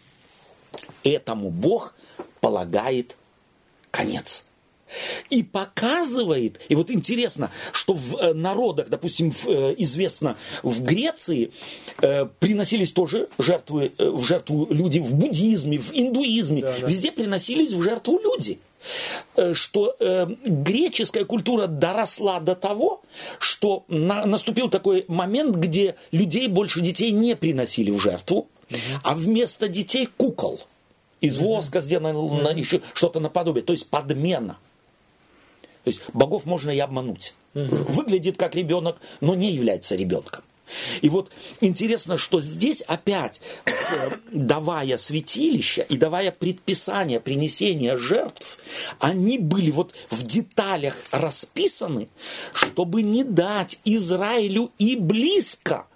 Этому Бог полагает конец. И показывает, и вот интересно, что в народах, допустим, известно, в Греции приносились тоже жертвы, в жертву люди, в буддизме, в индуизме, везде приносились в жертву люди. Что греческая культура доросла до того, что наступил такой момент, где людей больше детей не приносили в жертву, а вместо детей кукол из воска сделано еще что-то наподобие, то есть подмена. То есть богов можно и обмануть. Выглядит как ребенок, но не является ребенком. И вот интересно, что здесь опять, давая святилища и давая предписание принесения жертв, они были вот в деталях расписаны, чтобы не дать Израилю и близко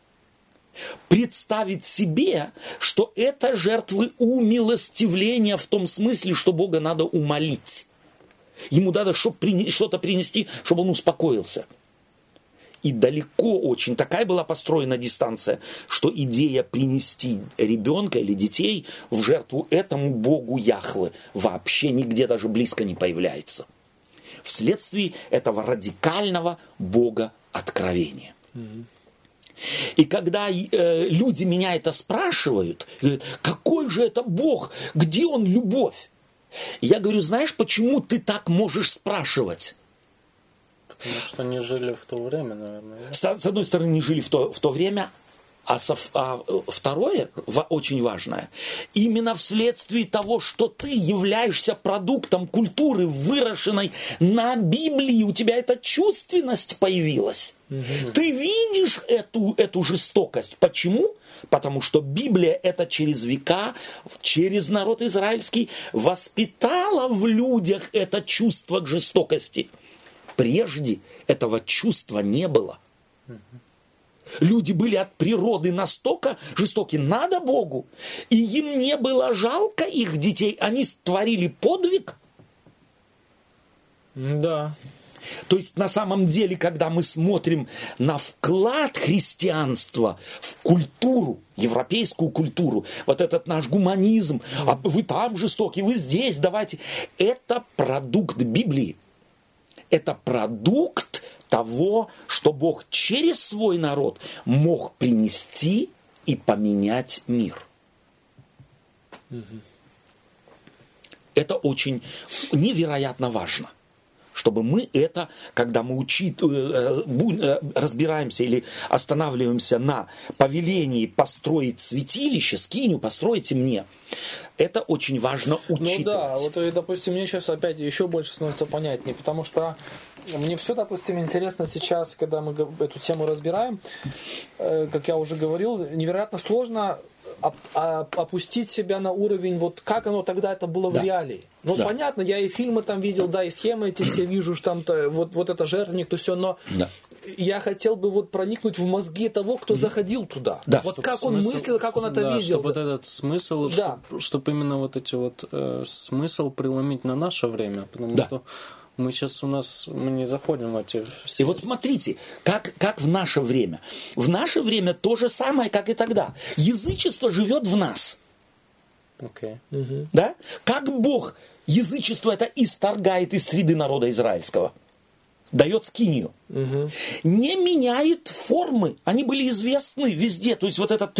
представить себе, что это жертвы умилостивления в том смысле, что Бога надо умолить. Ему надо что-то принести, чтобы он успокоился. И далеко очень такая была построена дистанция, что идея принести ребенка или детей в жертву этому Богу Яхве вообще нигде даже близко не появляется. Вследствие этого радикального Бога откровения. И когда люди меня это спрашивают, говорят, какой же это Бог, где он любовь? Я говорю, знаешь, почему ты так можешь спрашивать? Потому что не жили в то время, наверное. С одной стороны, не жили в то время, а второе, очень важное, именно вследствие того, что ты являешься продуктом культуры, выращенной на Библии, у тебя эта чувственность появилась. Угу. Ты видишь эту жестокость. Почему? Потому что Библия это через века, через народ израильский воспитала в людях это чувство к жестокости. Прежде этого чувства не было. Люди были от природы настолько жестоки, надо Богу, и им не было жалко их детей, они творили подвиг. Да. То есть на самом деле, когда мы смотрим на вклад христианства в культуру, европейскую культуру, вот этот наш гуманизм, а вы там жестоки, вы здесь, давайте, это продукт Библии. Это продукт того, что Бог через свой народ мог принести и поменять мир. Это очень невероятно важно. Чтобы мы это, когда мы разбираемся или останавливаемся на повелении построить святилище, скинию, постройте мне, это очень важно учитывать. Ну да, вот, допустим, мне сейчас опять еще больше становится понятнее, потому что мне все, допустим, интересно сейчас, когда мы эту тему разбираем, как я уже говорил, невероятно сложно опустить себя на уровень, вот как оно тогда это было в реалии. Ну, понятно, я и фильмы там видел, да, и схемы эти все вижу, что там-то, вот это жертвенник, то все, но я хотел бы вот проникнуть в мозги того, кто заходил туда. Да. Вот как он мыслил, как он это видел. Чтобы вот этот смысл, чтобы именно вот эти вот смысл преломить на наше время, потому что мы сейчас мы не заходим в эти... И вот смотрите, как в наше время. В наше время то же самое, как и тогда. Язычество живет в нас. Да? Как Бог язычество это исторгает из среды народа израильского. Дает скинию. Не меняет формы. Они были известны везде. То есть вот это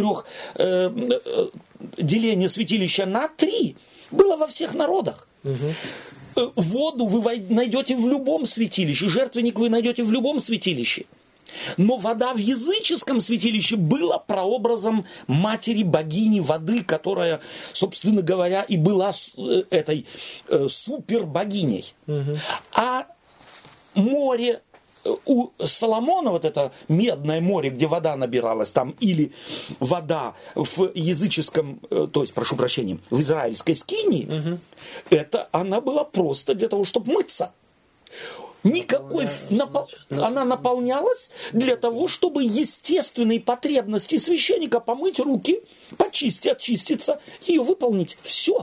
деление святилища на 3 было во всех народах. Воду вы найдете в любом святилище, жертвенник вы найдете в любом святилище. Но вода в языческом святилище была прообразом матери богини воды, которая, собственно говоря, и была этой супербогиней. А море у Соломона, вот это Медное море, где вода набиралась там, или вода в языческом, то есть, прошу прощения, в израильской скинии, это она была просто для того, чтобы мыться. Никакой, она наполнялась для того, чтобы естественные потребности священника помыть руки, почистить, очиститься, ее выполнить. Все.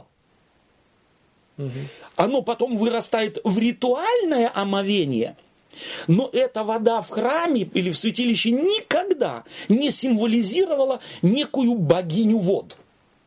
Оно потом вырастает в ритуальное омовение, но эта вода в храме или в святилище никогда не символизировала некую богиню вод.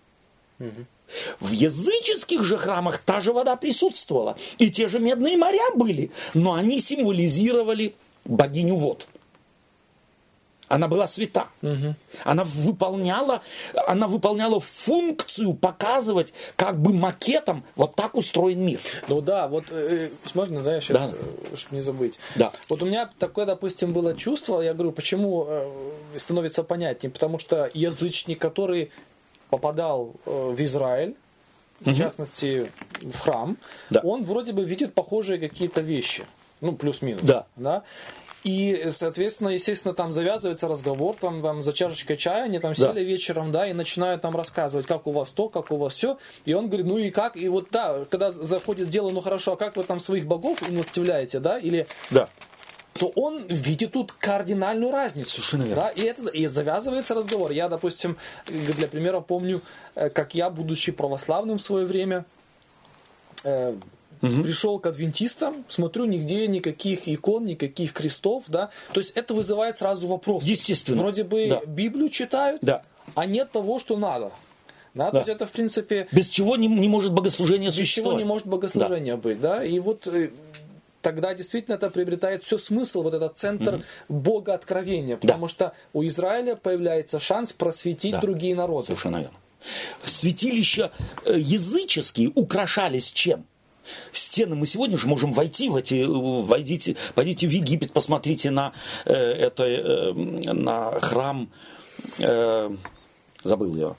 В языческих же храмах та же вода присутствовала. И те же медные моря были. Но они символизировали богиню вод. Она была свята. Она выполняла функцию показывать как бы макетом, вот так устроен мир. Ну да, вот можно, да, сейчас, чтобы не забыть. Да. Вот у меня такое, допустим, было чувство, я говорю, почему становится понятнее, потому что язычник, который попадал в Израиль, в частности в храм, он вроде бы видит похожие какие-то вещи, ну плюс-минус, да? И, соответственно, естественно, там завязывается разговор, там за чашечкой чая, они там сели вечером, да, и начинают там рассказывать, как у вас то, как у вас все, и он говорит, ну и как, и вот да, когда заходит дело, ну хорошо, а как вы там своих богов умилостивляете, да, или... Да. То он видит тут кардинальную разницу. Совершенно верно. Да? И завязывается разговор. Я, допустим, для примера помню, как я, будучи православным в свое время, пришел к адвентистам, смотрю, нигде никаких икон, никаких крестов. Да? То есть это вызывает сразу вопрос. Естественно. Вроде бы Библию читают, а нет того, что надо. Да? То есть это, в принципе... Без чего не может богослужение существовать. Без чего не может богослужение быть. Да? И вот... Тогда действительно это приобретает все смысл, вот этот центр Бога откровения. Потому что у Израиля появляется шанс просветить другие народы. Совершенно верно. Святилища языческие украшались чем? Стены мы сегодня же можем войти в эти, пойдите в Египет, посмотрите на храм, забыл ее.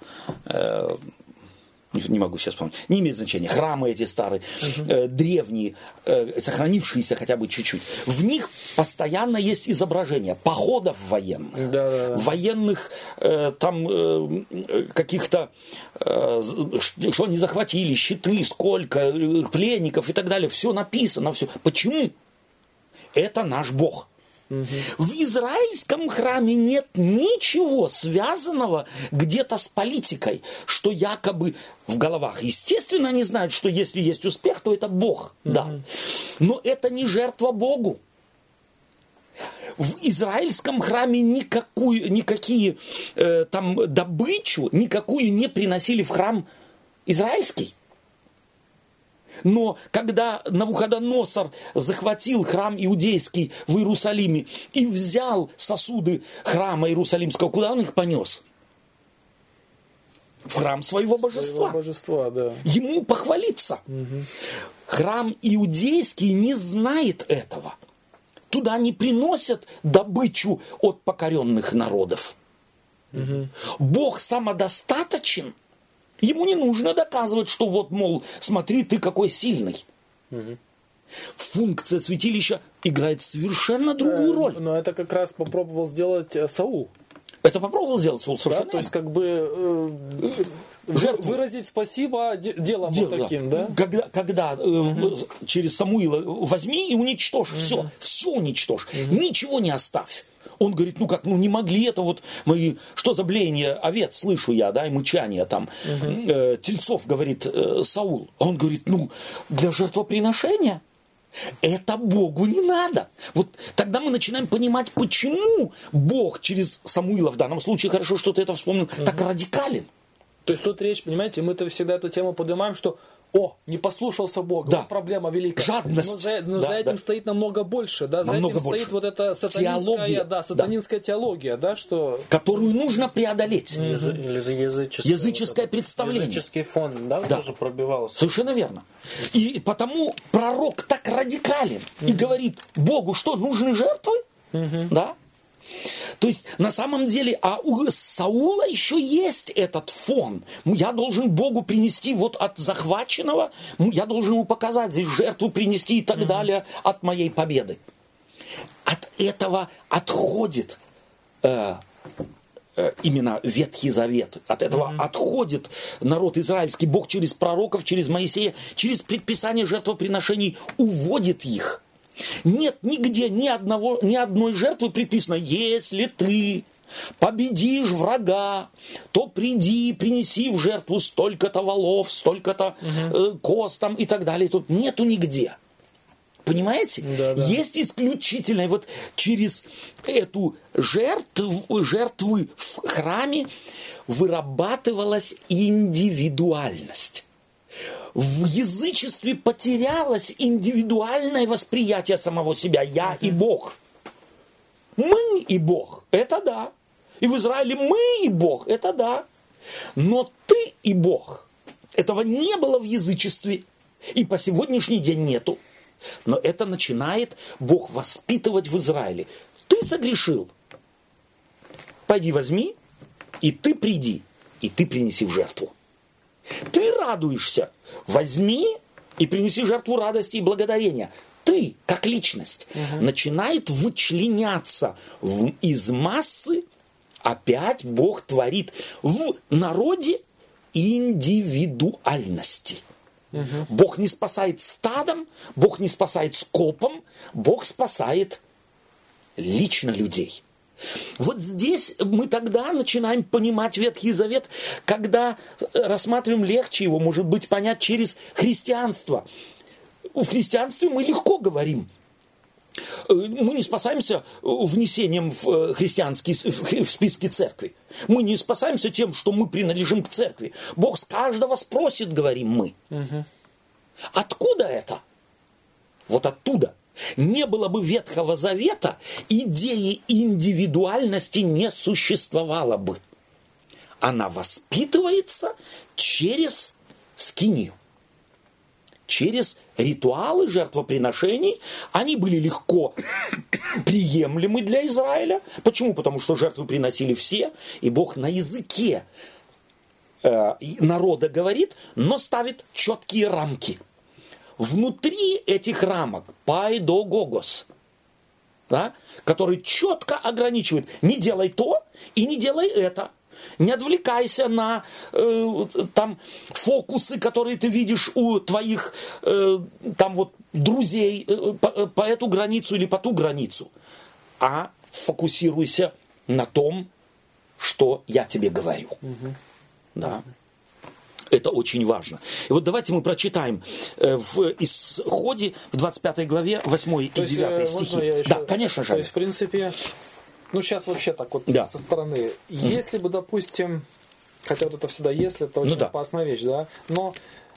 Не могу сейчас вспомнить. Не имеет значения. Храмы эти старые, древние, сохранившиеся хотя бы чуть-чуть. В них постоянно есть изображения походов военных. Военных там каких-то, что они захватили, щиты, сколько, пленников и так далее. Все написано. Все. Почему? Это наш Бог. В израильском храме нет ничего связанного где-то с политикой, что якобы в головах. Естественно, они знают, что если есть успех, то это Бог. Да. Но это не жертва Богу. В израильском храме никакие там добычу, никакую не приносили в храм израильский. Но когда Навуходоносор захватил храм иудейский в Иерусалиме и взял сосуды храма Иерусалимского, куда он их понес? В храм своего божества. Ему похвалиться. Храм иудейский не знает этого. Туда не приносят добычу от покоренных народов. Бог самодостаточен. Ему не нужно доказывать, что вот, мол, смотри, ты какой сильный. Функция святилища играет совершенно другую роль. Но это как раз попробовал сделать Саул. Это попробовал сделать Саул, совершенно. Да, то есть, как бы выразить спасибо делом вот таким, да? Когда через Самуила возьми и уничтожь, все уничтожь, ничего не оставь. Он говорит, не могли это вот мои, что за блеяние овец слышу я, да, и мычание там, тельцов, говорит Саул. А он говорит, для жертвоприношения это Богу не надо. Вот тогда мы начинаем понимать, почему Бог через Самуила, в данном случае, хорошо, что ты это вспомнил, так радикален. То есть тут речь, понимаете, мы-то всегда эту тему поднимаем, что не послушался Бога, вот проблема великая. Жадность. Но за этим стоит намного больше, да, за этим стоит вот эта сатанинская теология, да, что... Которую нужно преодолеть. Или языческое представление. Языческий фон, да, тоже пробивался. Совершенно верно. И потому пророк так радикален и говорит, Богу что, нужны жертвы? Да? То есть, на самом деле, а у Саула еще есть этот фон. Я должен Богу принести вот от захваченного, я должен ему показать, здесь жертву принести и так далее от моей победы. От этого отходит именно Ветхий Завет. От этого отходит народ израильский. Бог через пророков, через Моисея, через предписание жертвоприношений уводит их. Нет нигде ни одной жертвы предписано: если ты победишь врага, то приди, принеси в жертву столько-то волов, столько-то коз там и так далее. Тут нету нигде. Понимаете? Да. Есть исключительно вот через эту жертвы в храме вырабатывалась индивидуальность. В язычестве потерялось индивидуальное восприятие самого себя. Я и Бог. Мы и Бог. Это да. И в Израиле мы и Бог. Это да. Но ты и Бог. Этого не было в язычестве. И по сегодняшний день нету. Но это начинает Бог воспитывать в Израиле. Ты согрешил. Пойди возьми, и ты приди, и ты принеси в жертву. Ты радуешься. Возьми и принеси жертву радости и благодарения. Ты, как личность, начинает вычленяться из массы. Опять Бог творит в народе индивидуальности. Бог не спасает стадом, Бог не спасает скопом, Бог спасает лично людей. Вот здесь мы тогда начинаем понимать Ветхий Завет, когда рассматриваем легче его, может быть, понять через христианство. В христианстве мы легко говорим. Мы не спасаемся внесением в христианский в списки церкви. Мы не спасаемся тем, что мы принадлежим к церкви. Бог с каждого спросит, говорим мы. Откуда это? Вот оттуда. Не было бы Ветхого Завета, идеи индивидуальности не существовало бы. Она воспитывается через скинию. Через ритуалы жертвоприношений. Они были легко приемлемы для Израиля. Почему? Потому что жертвы приносили все, и Бог на языке народа говорит, но ставит четкие рамки. Внутри этих рамок пайдогогос, да, который четко ограничивает: не делай то и не делай это. Не отвлекайся на там фокусы, которые ты видишь у твоих там вот друзей по эту границу или по ту границу, а фокусируйся на том, что я тебе говорю. Да. Это очень важно. И вот давайте мы прочитаем в Исходе, в 25 главе, 8 и 9 стихи. Да, конечно же. То есть, в принципе, ну сейчас вообще так вот со стороны. Если бы, допустим, хотя вот это всегда если, это очень опасная вещь, да, но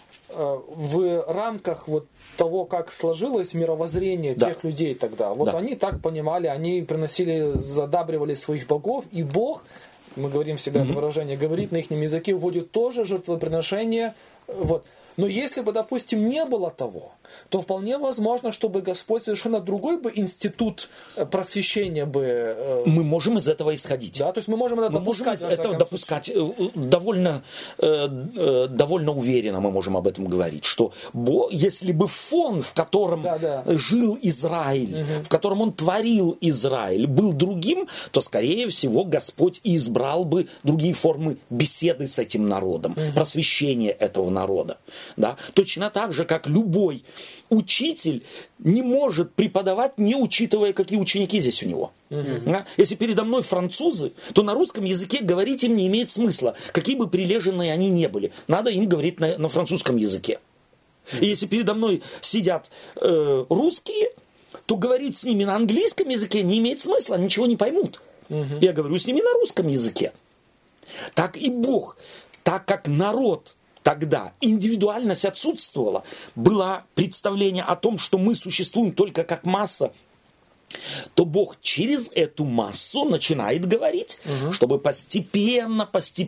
в рамках вот того, как сложилось мировоззрение тех людей тогда, вот они так понимали, они приносили, задабривали своих богов, и Бог, мы говорим всегда это выражение, говорит на их языке, вводит тоже жертвоприношение. Вот. Но если бы, допустим, не было того, то вполне возможно, чтобы Господь совершенно другой бы институт просвещения бы... Мы можем из этого исходить. Да, то есть мы можем это допускать. Мы можем это допускать. Довольно уверенно мы можем об этом говорить, что если бы фон, в котором жил Израиль, в котором он творил Израиль, был другим, то, скорее всего, Господь избрал бы другие формы беседы с этим народом, просвещения этого народа. Да? Точно так же, как любой учитель не может преподавать, не учитывая, какие ученики здесь у него. Да? Если передо мной французы, то на русском языке говорить им не имеет смысла, какие бы прилеженные они не были. Надо им говорить на французском языке. И если передо мной сидят русские, то говорить с ними на английском языке не имеет смысла, ничего не поймут. Я говорю с ними на русском языке. Так и Бог, так как народ тогда индивидуальность отсутствовала, было представление о том, что мы существуем только как масса, то Бог через эту массу начинает говорить, чтобы постепенно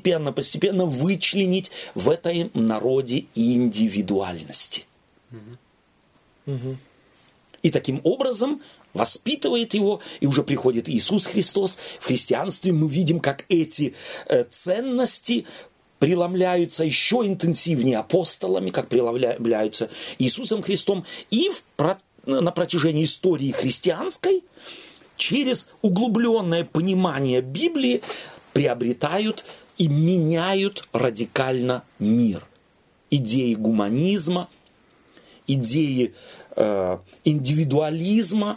вычленить в этом народе индивидуальности. И таким образом воспитывает его, и уже приходит Иисус Христос. В христианстве мы видим, как эти ценности преломляются еще интенсивнее апостолами, как преломляются Иисусом Христом, и на протяжении истории христианской через углубленное понимание Библии приобретают и меняют радикально мир. Идеи гуманизма, идеи индивидуализма,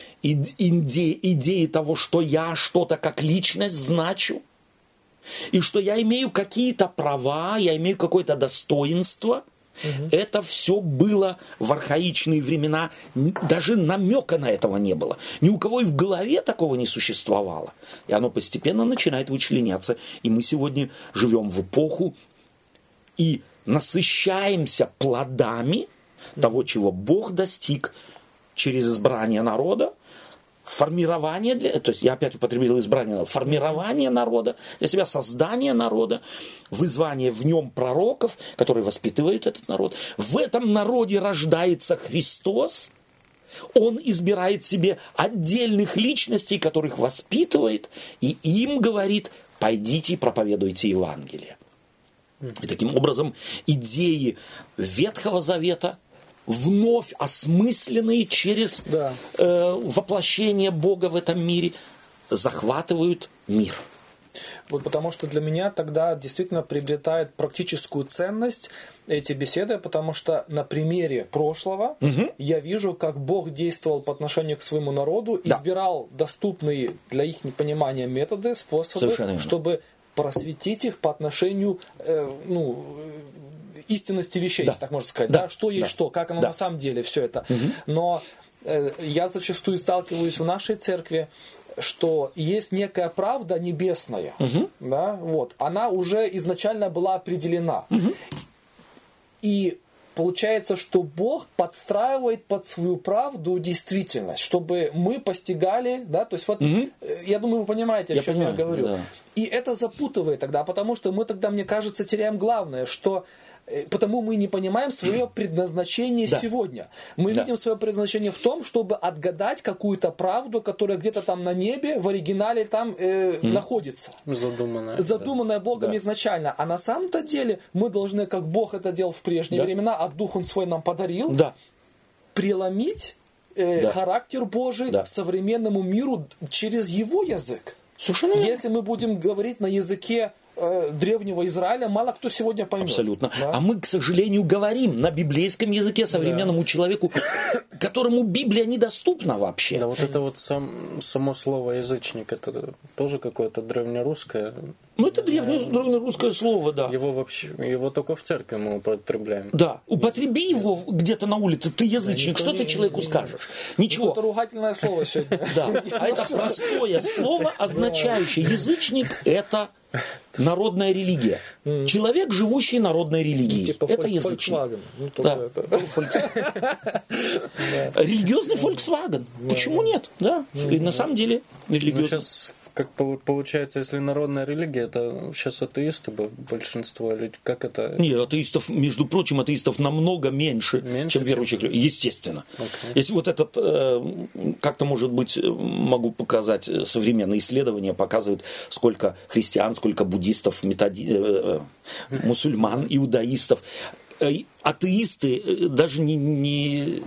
идеи того, что я что-то как личность значу, и что я имею какие-то права, я имею какое-то достоинство. Это все было в архаичные времена, даже намека на этого не было. Ни у кого и в голове такого не существовало. И оно постепенно начинает вычленяться. И мы сегодня живем в эпоху и насыщаемся плодами того, чего Бог достиг через избрание народа, формирование, то есть я опять употребил избрание, формирование народа для себя, создание народа, вызвание в нем пророков, которые воспитывают этот народ. В этом народе рождается Христос, Он избирает себе отдельных личностей, которых воспитывает, и им говорит: пойдите и проповедуйте Евангелие. И таким образом идеи Ветхого Завета, вновь осмысленные через воплощение Бога в этом мире, захватывают мир. Вот потому что для меня тогда действительно приобретает практическую ценность эти беседы, потому что на примере прошлого я вижу, как Бог действовал по отношению к своему народу, избирал доступные для их понимания методы, способы, чтобы просветить их по отношению истинности вещей, если так можно сказать. Да. Что есть что, как оно на самом деле, все это. Но я зачастую сталкиваюсь в нашей церкви, что есть некая правда небесная. Да, вот, она уже изначально была определена. И получается, что Бог подстраивает под свою правду действительность, чтобы мы постигали, да, то есть вот, я думаю, вы понимаете, о чем я говорю. Да. И это запутывает тогда, потому что мы тогда, мне кажется, теряем главное, что потому мы не понимаем свое предназначение сегодня. Мы видим свое предназначение в том, чтобы отгадать какую-то правду, которая где-то там на небе, в оригинале там находится. Задуманная Богом изначально. А на самом-то деле мы должны, как Бог это делал в прежние времена, а Дух Он свой нам подарил, преломить характер Божий современному миру через Его язык. Если мы будем говорить на языке древнего Израиля, мало кто сегодня поймет. Абсолютно. Да? А мы, к сожалению, говорим на библейском языке современному человеку, которому Библия недоступна вообще. Да, вот это вот само слово язычник, это тоже какое-то древнерусское. Ну, это древнерусское слово, да. Его только в церкви мы употребляем. Да, употреби его где-то на улице, ты язычник, что ты человеку скажешь? Ничего. Это ругательное слово сегодня. Да, а это простое слово, означающее язычник, это народная религия. Человек, живущий народной религией. Это язычник. Религиозный Volkswagen. Почему нет? Да. И на самом деле религиозный. Как получается, если народная религия, это сейчас атеисты большинство, или как это? Нет, атеистов, между прочим, атеистов намного меньше чем верующих людей. Естественно. Если вот этот, как-то, может быть, могу показать, современные исследования показывают, сколько христиан, сколько буддистов, мусульман, иудаистов. Атеисты даже не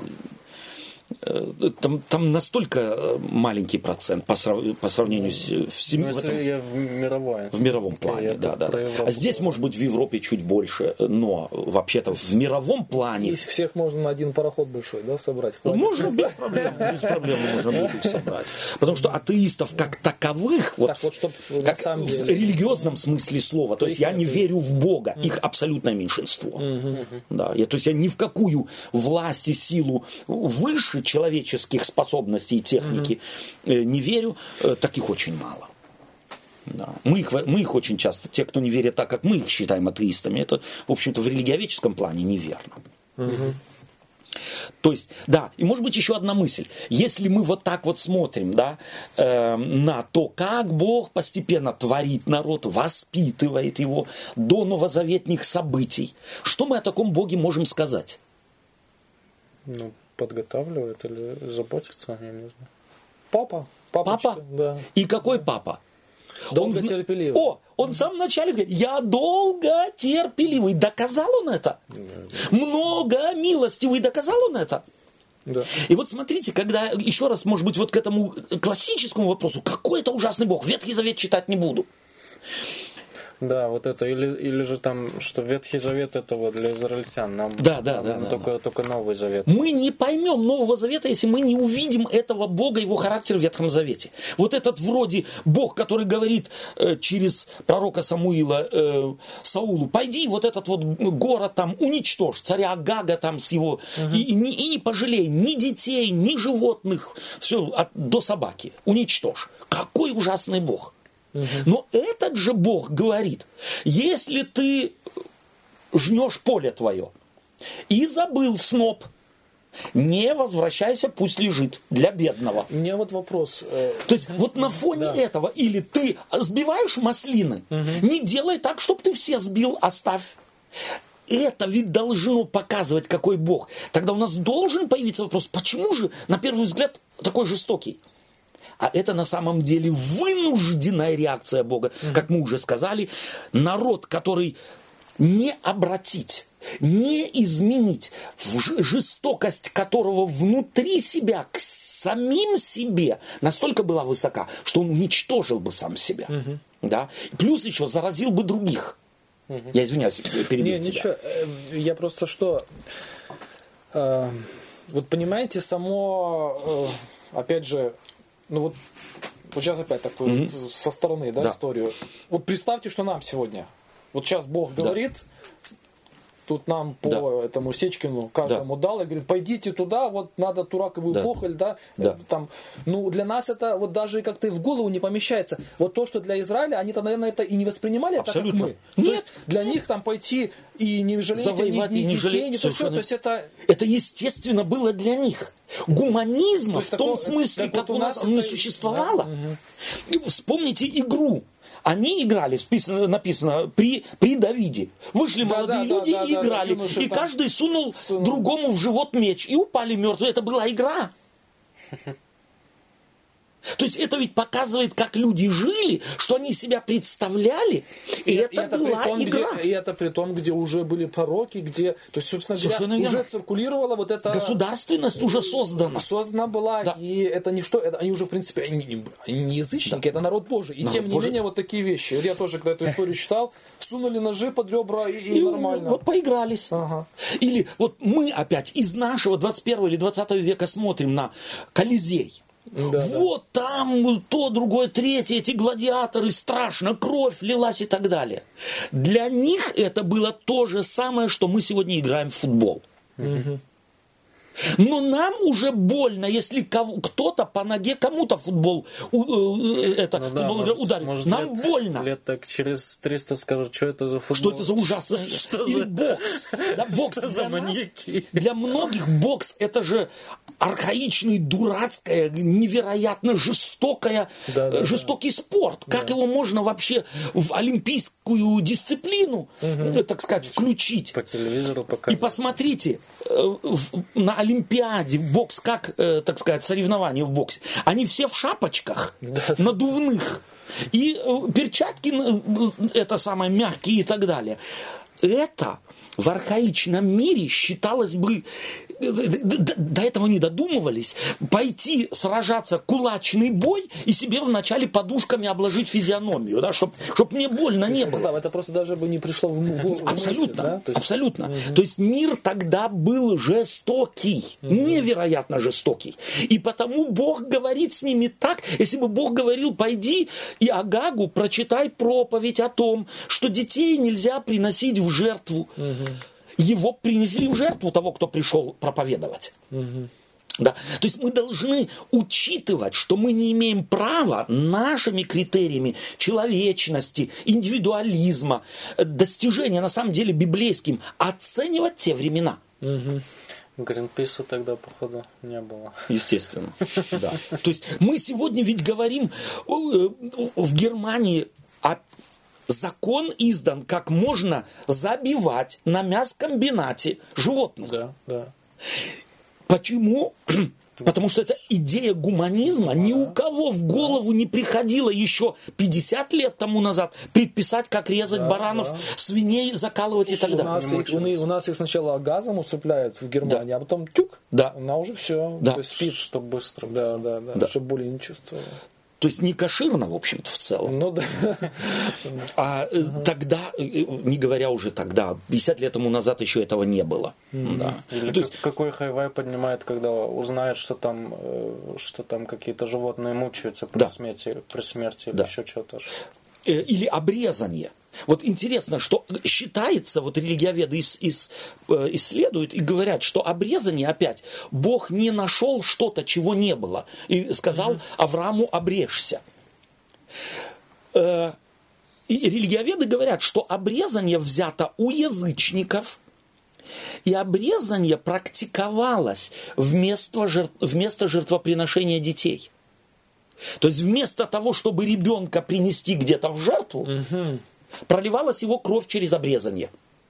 там настолько маленький процент по сравнению с всеми. В мировом плане, да. А здесь, может быть, в Европе чуть больше, но вообще-то в мировом плане. Из всех можно на один пароход большой, да, собрать? Можно, без проблем можно будет их собрать. Потому что атеистов как таковых, вот как в религиозном смысле слова, то есть я не верю в Бога, их абсолютное меньшинство. Да, то есть я ни в какую власть и силу выше человеческих способностей и техники не верю, таких очень мало. Да. Мы их очень часто, те, кто не верит так, как мы их считаем атеистами, это, в общем-то, в религиоведческом плане неверно. То есть, да, и может быть еще одна мысль. Если мы вот так вот смотрим, да, на то, как Бог постепенно творит народ, воспитывает его до новозаветных событий, что мы о таком Боге можем сказать? подготавливает или заботится, я не знаю. Папа? Папа? Да. И какой папа? Долготерпеливый. Он в самом начале говорит, я долготерпеливый. Доказал он это? Много милостивый. Доказал он это? Да. И вот смотрите, когда, еще раз, может быть, вот к этому классическому вопросу, какой это ужасный Бог, Ветхий Завет читать не буду. Да, вот это, или же там, что Ветхий Завет это вот для израильтян, нам только Новый Завет. Мы не поймем Нового Завета, если мы не увидим этого Бога, его характер в Ветхом Завете. Вот этот вроде Бог, который говорит через пророка Самуила Саулу, пойди вот этот вот город там уничтожь, царя Агага там с его, и не пожалей ни детей, ни животных, все до собаки, уничтожь. Какой ужасный Бог. Но этот же Бог говорит, если ты жнешь поле твое и забыл сноп, не возвращайся, пусть лежит для бедного. У меня вот вопрос. То есть вот на фоне этого, или ты сбиваешь маслины, не делай так, чтобы ты все сбил, оставь. Это ведь должно показывать, какой Бог. Тогда у нас должен появиться вопрос, почему же, на первый взгляд, такой жестокий? А это на самом деле вынужденная реакция Бога. Как мы уже сказали, народ, который не обратить, не изменить, жестокость которого внутри себя, к самим себе, настолько была высока, что он уничтожил бы сам себя. Да? Плюс еще заразил бы других. Я извиняюсь, перебил тебя. Ничего, я просто что... Вот понимаете, само, опять же, ну вот сейчас опять такую со стороны, историю. Вот представьте, что нам сегодня. Вот сейчас Бог говорит, тут нам по этому Сечкину каждому дал и говорит, пойдите туда, вот надо ту раковую опухоль, там. Ну, для нас это вот даже как-то в голову не помещается. Вот то, что для Израиля, они-то, наверное, это и не воспринимали, абсолютно. Так как мы. Нет. Для них там пойти и не жалеть ни детей, ни то, то есть это естественно было для них. Гуманизма в том смысле, как у нас не существовало. Вспомните игру. Они играли, написано, при Давиде. Вышли молодые люди и играли. И каждый сунул другому в живот меч. И упали мертвые. Это была игра. То есть это ведь показывает, как люди жили, что они себя представляли, и это была игра. И это при том, где уже были пророки, где, то есть, собственно говоря, уже циркулировала вот эта... Государственность уже создана. Создана была, и это не что, они уже, в принципе, они не язычники, это народ Божий. И тем не менее, вот такие вещи. Я тоже, когда эту историю читал, сунули ножи под ребра и нормально. Вот поигрались. Или вот мы опять из нашего 21 или 20 века смотрим на Колизей. Вот там то, другое, третье, эти гладиаторы, страшно, кровь лилась и так далее. Для них это было то же самое, что мы сегодня играем в футбол. Но нам уже больно, если кто-то по ноге кому-то футбол ударит. Может, нам больно. Лет так через 300 скажут, что это за футбол. Что это за ужасное. Или бокс. Да, бокс для нас, для многих бокс это же архаичный, дурацкая, невероятно жестокий спорт. Как его можно вообще в олимпийскую дисциплину, так сказать, включить? По телевизору показывают. И посмотрите, на Олимпиаде бокс, как, так сказать, соревнования в боксе, они все в шапочках надувных. И перчатки, это самое, мягкие и так далее. Это в архаичном мире считалось бы, до этого не додумывались, пойти сражаться кулачный бой и себе вначале подушками обложить физиономию, да, чтобы мне больно не было. Да, это просто даже бы не пришло в голову. Абсолютно, абсолютно. То есть мир тогда был жестокий, невероятно жестокий. И потому Бог говорит с ними так, если бы Бог говорил, пойди и Агагу прочитай проповедь о том, что детей нельзя приносить в жертву. Его принесли в жертву того, кто пришел проповедовать. Да. То есть мы должны учитывать, что мы не имеем права нашими критериями человечности, индивидуализма, достижения на самом деле библейским оценивать те времена. Гринписа тогда, походу, не было. Естественно. Да. То есть мы сегодня ведь говорим в Германии о закон издан, как можно забивать на мясокомбинате животных. Да, да. Почему? Потому что это идея гуманизма. Ни у кого в голову не приходило еще 50 лет тому назад предписать, как резать баранов, свиней закалывать и так далее. У нас их сначала газом усыпляют в Германии, а потом тюк, она уже все спит, чтобы быстро, чтобы боли не чувствовала. То есть не кошерно, в общем-то, в целом. Ну да. А тогда, не говоря уже тогда, 50 лет тому назад еще этого не было. Да. Или какой хайвай поднимает, когда узнает, что там какие-то животные мучаются при смерти или еще что-то. Или обрезание. Вот интересно, что считается, вот религиоведы исследуют и говорят, что обрезание опять, Бог не нашел что-то, чего не было, и сказал Аврааму: обрежься. И религиоведы говорят, что обрезание взято у язычников, и обрезание практиковалось вместо жертвоприношения детей. То есть вместо того, чтобы ребенка принести где-то в жертву, проливалась его кровь через обрезание.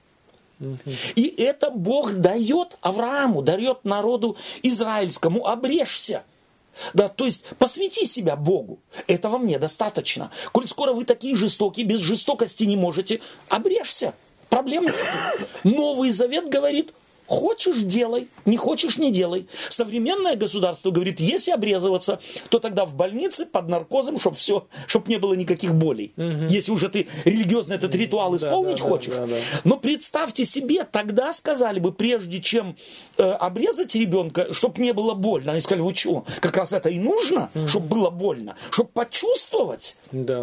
И это Бог дает Аврааму, дает народу израильскому: обрежься. Да, то есть посвяти себя Богу. Этого мне достаточно. Коль скоро вы такие жестокие, без жестокости не можете, обрежься. Проблем нет. Новый Завет говорит: хочешь – делай, не хочешь – не делай. Современное государство говорит: если обрезываться, то тогда в больнице под наркозом, чтобы не было никаких болей. Если уже ты религиозно этот ритуал исполнить хочешь. Но представьте себе, тогда сказали бы, прежде чем обрезать ребенка, чтобы не было больно. Они сказали: вы что, как раз это и нужно, чтобы было больно, чтобы почувствовать.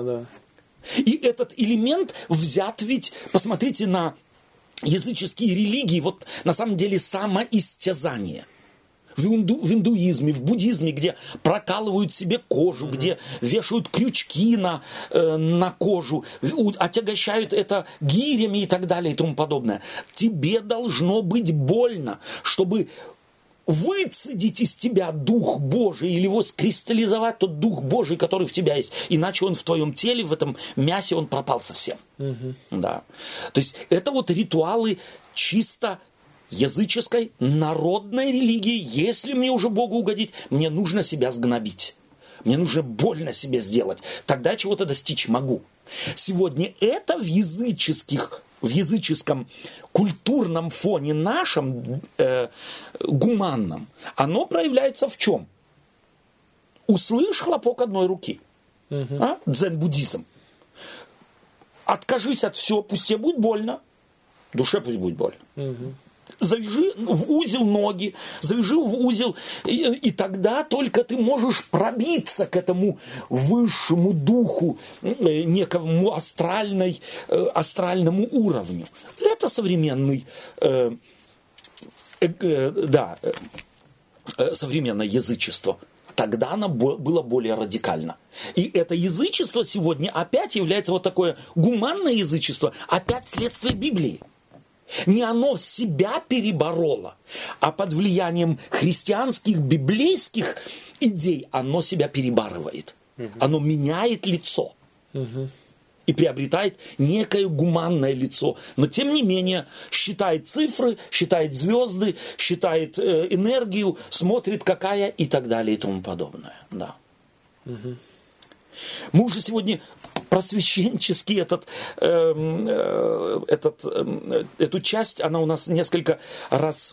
И этот элемент взят ведь, посмотрите на языческие религии, вот на самом деле самоистязание. В индуизме, в буддизме, где прокалывают себе кожу, где вешают крючки на кожу, отягощают это гирями и так далее и тому подобное. Тебе должно быть больно, чтобы выцедить из тебя Дух Божий или его скристаллизовать, тот Дух Божий, который в тебя есть. Иначе он в твоем теле, в этом мясе, он пропал совсем. Да. То есть это вот ритуалы чисто языческой, народной религии. Если мне уже Богу угодить, мне нужно себя сгнобить. Мне нужно больно себе сделать. Тогда я чего-то достичь могу. Сегодня это в языческом культурном фоне нашем, гуманном, оно проявляется в чем? Услышь хлопок одной руки. Дзен-буддизм. Откажись от всего, пусть тебе будет больно. Душе пусть будет больно. Завяжи в узел ноги, завяжи в узел, и тогда только ты можешь пробиться к этому высшему духу, некому астральному уровню. Это современный, современное язычество. Тогда оно было более радикально. И это язычество сегодня опять является вот такое гуманное язычество, опять следствие Библии. Не оно себя перебороло, а под влиянием христианских, библейских идей оно себя перебарывает. Оно меняет лицо. И приобретает некое гуманное лицо. Но тем не менее считает цифры, считает звезды, считает энергию, смотрит какая и так далее и тому подобное. Да. Мы уже сегодня просвещенческий эту часть, она у нас несколько раз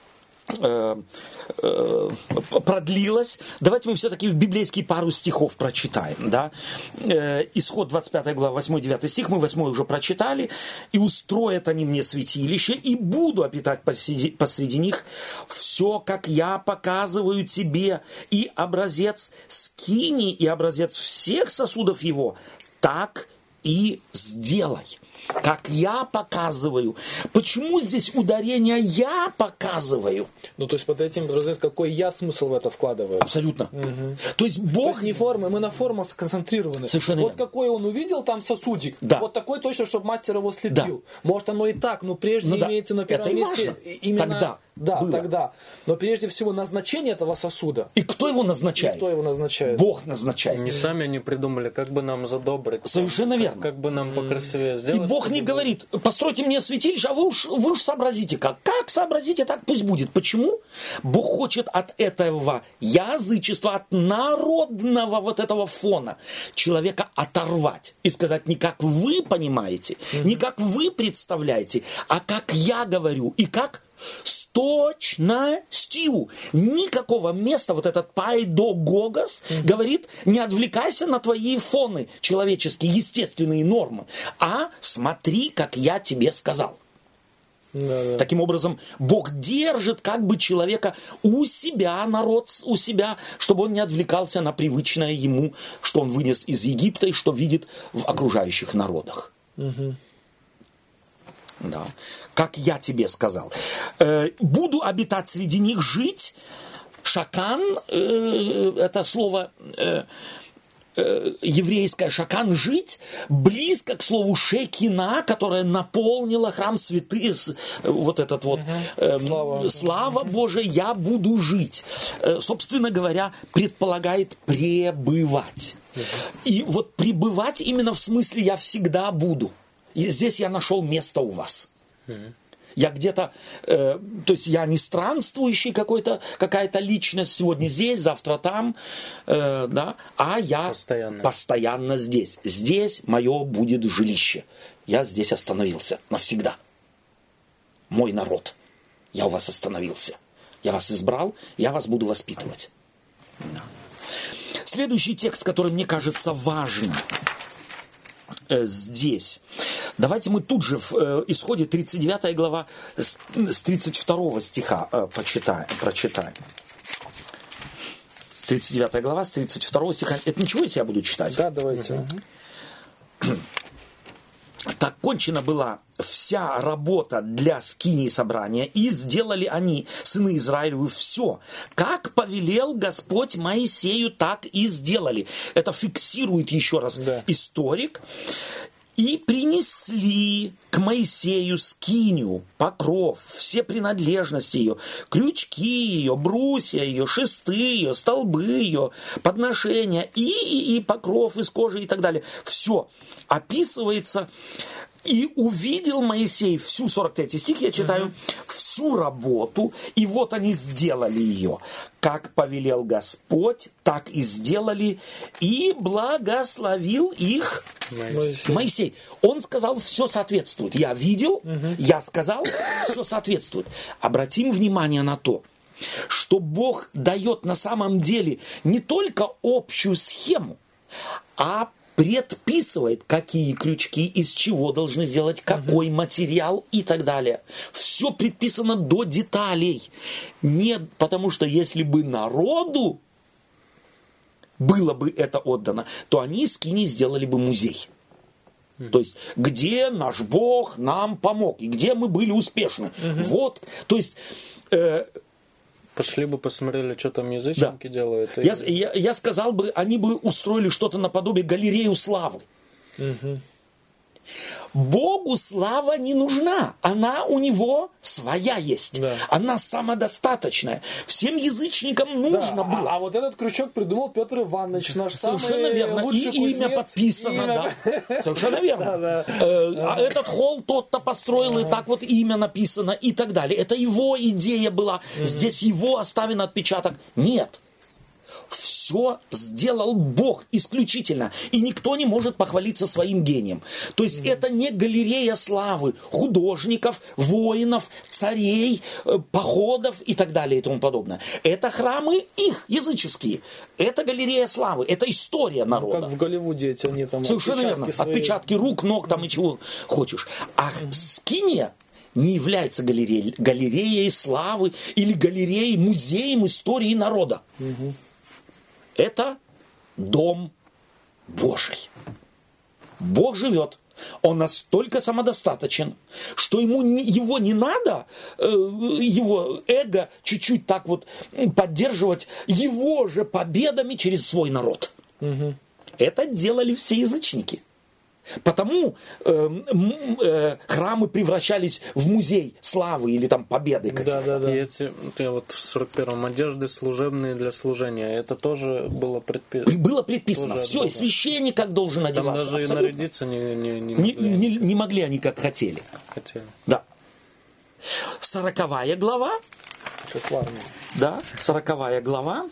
продлилась. Давайте мы все-таки в библейские пару стихов прочитаем. Да? Исход 25 глава, 8-9 стих, мы 8 уже прочитали. «И устроят они мне святилище, и буду обитать посреди них все, как я показываю тебе, и образец скинии, и образец всех сосудов его, так и сделай». Как я показываю. Почему здесь ударение «я показываю»? Ну, то есть, под этим, какой я смысл в это вкладываю? Абсолютно. То есть, Бог... не формы, мы на формах сконцентрированы. Совершенно вот верно. Какой он увидел там сосудик, вот такой точно, чтобы мастер его слепил. Да. Может, оно и так, но прежде имеется на первом месте... Именно... Тогда. Но прежде всего назначение этого сосуда. И кто его назначает? Бог назначает. Не сами они придумали, как бы нам задобрить. Совершенно верно. Как бы нам покрасивее сделать. И Бог не говорит, постройте мне святилище, а вы уж сообразите как. Как сообразите, так пусть будет. Почему? Бог хочет от этого язычества, от народного вот этого фона человека оторвать и сказать, не как вы понимаете, не как вы представляете, а как я говорю и как с точностью. Никакого места, вот этот пайдогогос говорит, не отвлекайся на твои фоны человеческие, естественные нормы, а смотри, как я тебе сказал. Да. Таким образом, Бог держит как бы человека у себя, народ у себя, чтобы он не отвлекался на привычное ему, что он вынес из Египта и что видит в окружающих народах. Да. Как я тебе сказал. Буду обитать среди них, жить. Шакан, это слово еврейское шакан, жить, близко к слову шекина, которое наполнило храм святых, вот этот вот слава Божия, я буду жить. Собственно говоря, предполагает пребывать. И вот пребывать именно в смысле я всегда буду. И здесь я нашел место у вас. Я где-то, то есть я не странствующий какая-то личность, сегодня здесь, завтра там, да, а я постоянно здесь. Здесь мое будет жилище. Я здесь остановился навсегда. Мой народ. Я у вас остановился. Я вас избрал, я вас буду воспитывать. Да. Следующий текст, который мне кажется важным здесь. Давайте мы тут же в Исходе 39 глава с 32 стиха прочитаем. 39 глава с 32 стиха. Это ничего, если я буду читать? Да, давайте. Так кончена была вся работа для скинии собрания, и сделали они, сыны Израилевы, все. Как повелел Господь Моисею, так и сделали. Это фиксирует еще раз историк. И принесли к Моисею скинию, покров, все принадлежности ее, крючки ее, брусья ее, шесты ее, столбы ее, подношения и покров из кожи и так далее. Все описывается. И увидел Моисей всю, 43 стих я читаю, всю работу, и вот они сделали ее. Как повелел Господь, так и сделали, и благословил их Моисей. Он сказал, все соответствует. Я видел, я сказал, все соответствует. Обратим внимание на то, что Бог дает на самом деле не только общую схему, а предписывает, какие крючки, из чего должны сделать, какой материал и так далее. Все предписано до деталей. Нет, потому что если бы народу было бы это отдано, то они из скинии сделали бы музей. То есть, где наш Бог нам помог, и где мы были успешны. Вот, то есть... Пошли бы посмотрели, что там язычники делают. Я сказал бы, они бы устроили что-то наподобие галерею славы. Богу слава не нужна. Она у него своя есть. Да. Она самодостаточная. Всем язычникам нужно было. А вот этот крючок придумал Петр Иванович, наш совершенно верно. И имя подписано, да. Совершенно верно. А этот холл тот-то построил, и так вот имя написано, и так далее. Это его идея была. Здесь его оставлен отпечаток. Нет. Все сделал Бог исключительно. И никто не может похвалиться своим гением. То есть это не галерея славы художников, воинов, царей, походов и так далее и тому подобное. Это храмы их, языческие. Это галерея славы. Это история народа. Как в Голливуде эти они там совершенно верно. Свои... Отпечатки рук, ног, там и чего хочешь. А скиния не является галереей славы или галереей, музеем истории народа. Это дом Божий. Бог живет. Он настолько самодостаточен, что его не надо, его эго чуть-чуть так вот поддерживать его же победами через свой народ. Это делали все язычники. Потому храмы превращались в музей славы или там победы какие-то. Да. И эти вот в 41-м одежды служебные для служения, это тоже было предписано. Было предписано. Все, и священник как должен одеваться. Там даже абсолютно. И нарядиться не могли они как хотели. Да. 40 глава. Как в армии. Да, 40 глава.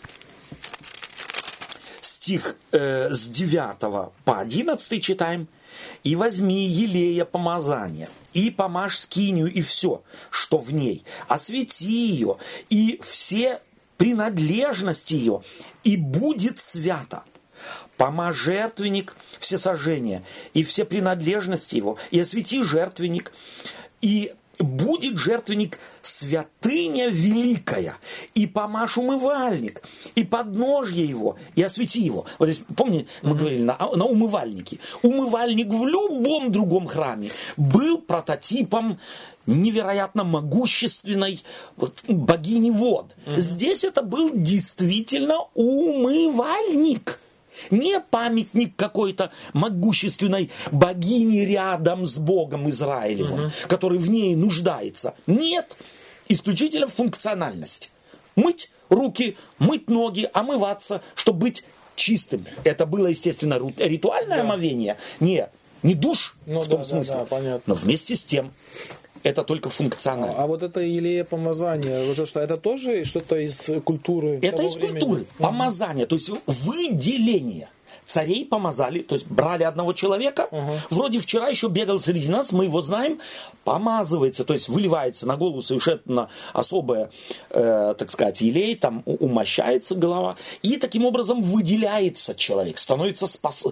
Стих с 9 по 11 читаем. «И возьми елея помазания, и помажь скинию, и все, что в ней, освети ее, и все принадлежности ее, и будет свято. Помажь жертвенник всесожжения, и все принадлежности его, и освети жертвенник, и будет жертвенник святыня великая, и помажь умывальник, и подножье его, и освети его». Вот здесь, помните, мы говорили на умывальнике. Умывальник в любом другом храме был прототипом невероятно могущественной богини вод. Здесь это был действительно умывальник. Не памятник какой-то могущественной богини рядом с Богом Израилевым, который в ней нуждается. Нет, исключительно функциональность. Мыть руки, мыть ноги, омываться, чтобы быть чистым. Это было, естественно, ритуальное омовение, не душ в том смысле. Понятно. Но вместе с тем это только функционально. А вот это елея помазание, вот что, это тоже что-то из культуры? Это из культуры. Помазание, то есть выделение. Царей помазали, то есть брали одного человека, вроде вчера еще бегал среди нас, мы его знаем, помазывается, то есть выливается на голову совершенно особое, так сказать, елей, там умощается голова, и таким образом выделяется человек, становится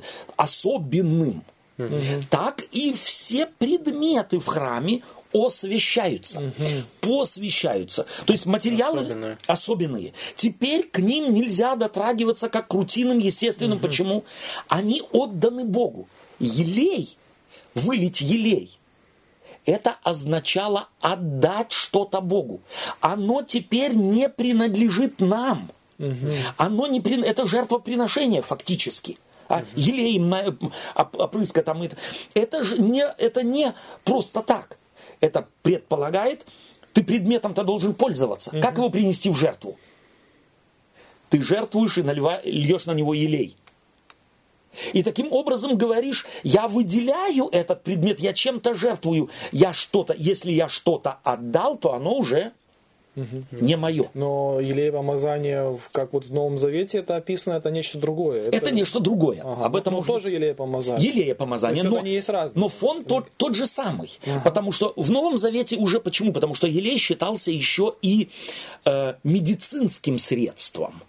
особенным. Так и все предметы в храме освящаются, посвящаются. То есть материалы особенные. Теперь к ним нельзя дотрагиваться как к рутинным, естественным. Почему? Они отданы Богу. Елей, вылить елей, это означало отдать что-то Богу. Оно теперь не принадлежит нам. Оно не это жертвоприношение фактически. Елеем опрыска там. Это не просто так. Это предполагает, ты предметом-то должен пользоваться. Как его принести в жертву? Ты жертвуешь и льешь на него елей. И таким образом говоришь, я выделяю этот предмет, я чем-то жертвую. Если я что-то отдал, то оно уже не мое. Но елей помазание, как вот в Новом Завете это описано, это нечто другое. Это нечто другое. Об этом может тоже елея помазание. Елея помазание, но фон тот же самый. Потому что в Новом Завете уже почему? Потому что елей считался еще и медицинским средством.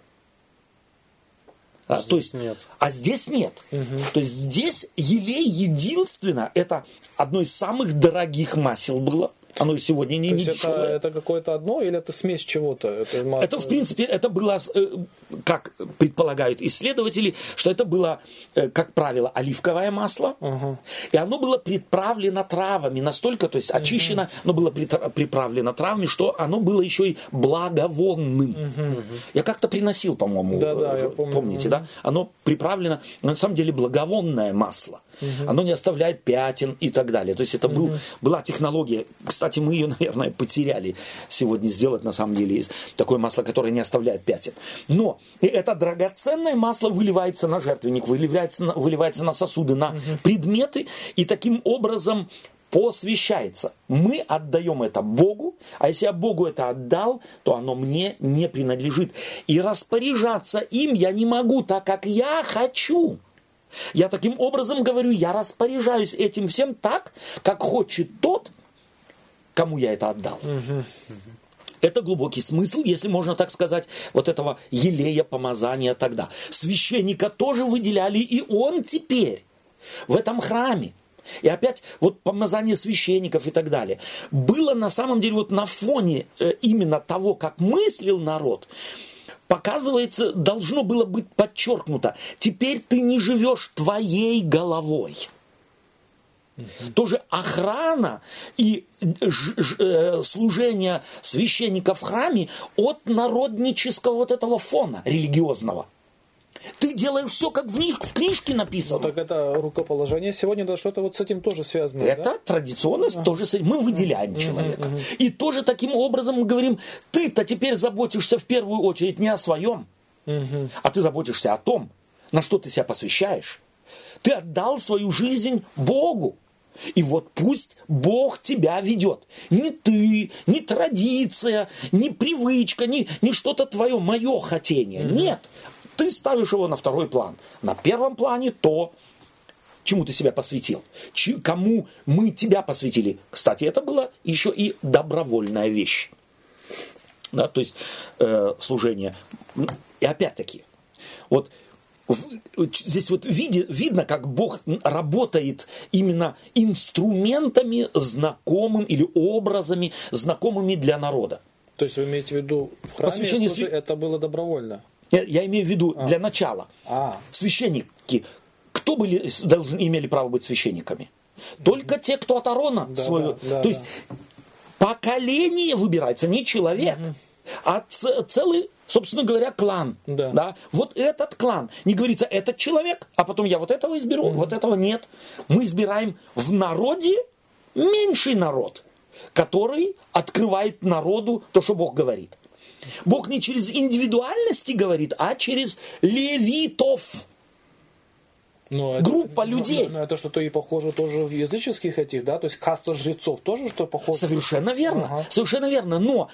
Здесь нет. То есть здесь елей единственно, это одно из самых дорогих масел было. Оно и сегодня не дешевое. Это какое-то одно или это смесь чего-то? Это, в принципе, это было, как предполагают исследователи, что это было, как правило, оливковое масло. И оно было приправлено травами настолько, то есть очищено, оно было приправлено травами, что оно было еще и благовонным. Я как-то приносил, по-моему, я помню. Помните, да? Оно приправлено, но на самом деле благовонное масло. Оно не оставляет пятен и так далее. То есть это была технология. Кстати, мы ее, наверное, потеряли сегодня сделать. На самом деле есть такое масло, которое не оставляет пятен. Но это драгоценное масло выливается на жертвенник, выливается на сосуды, на предметы. И таким образом посвящается. Мы отдаем это Богу, а если я Богу это отдал, то оно мне не принадлежит. И распоряжаться им я не могу так, как я хочу. Я таким образом говорю, я распоряжаюсь этим всем так, как хочет тот, кому я это отдал. Это глубокий смысл, если можно так сказать, вот этого елея помазания тогда. Священника тоже выделяли, и он теперь в этом храме. И опять вот помазание священников и так далее. Было на самом деле вот на фоне именно того, как мыслил народ, показывается, должно было быть подчеркнуто. Теперь ты не живешь твоей головой. Тоже охрана и служение священника в храме от народнического вот этого фона религиозного. Ты делаешь все, как в книжке написано. Ну, так это рукоположение сегодня, да, что-то вот с этим тоже связано. Это традиционность, тоже мы выделяем человека. И тоже таким образом мы говорим, ты-то теперь заботишься в первую очередь не о своем, а ты заботишься о том, на что ты себя посвящаешь. Ты отдал свою жизнь Богу. И вот пусть Бог тебя ведет. Не ты, не традиция, не привычка, не что-то твое, мое хотение. Нет. Ты ставишь его на второй план. На первом плане то, чему ты себя посвятил. Кому мы тебя посвятили. Кстати, это была еще и добровольная вещь. Да, то есть служение. И опять-таки, вот здесь вот видно, как Бог работает именно инструментами знакомым или образами знакомыми для народа. То есть вы имеете в виду в храме это было добровольно? Я имею в виду для начала. Священники, кто имели право быть священниками? Только те, кто от Аарона свою. То есть поколение выбирается не человек, а целый, собственно говоря, клан. Да? Вот этот клан. Не говорится, этот человек, а потом я вот этого изберу, вот этого нет. Мы избираем в народе меньший народ, который открывает народу то, что Бог говорит. Бог не через индивидуальности говорит, а через левитов. Группа людей. Но это что-то и похоже тоже в языческих этих, да? То есть каста жрецов тоже что похоже? Совершенно верно. Совершенно верно. Но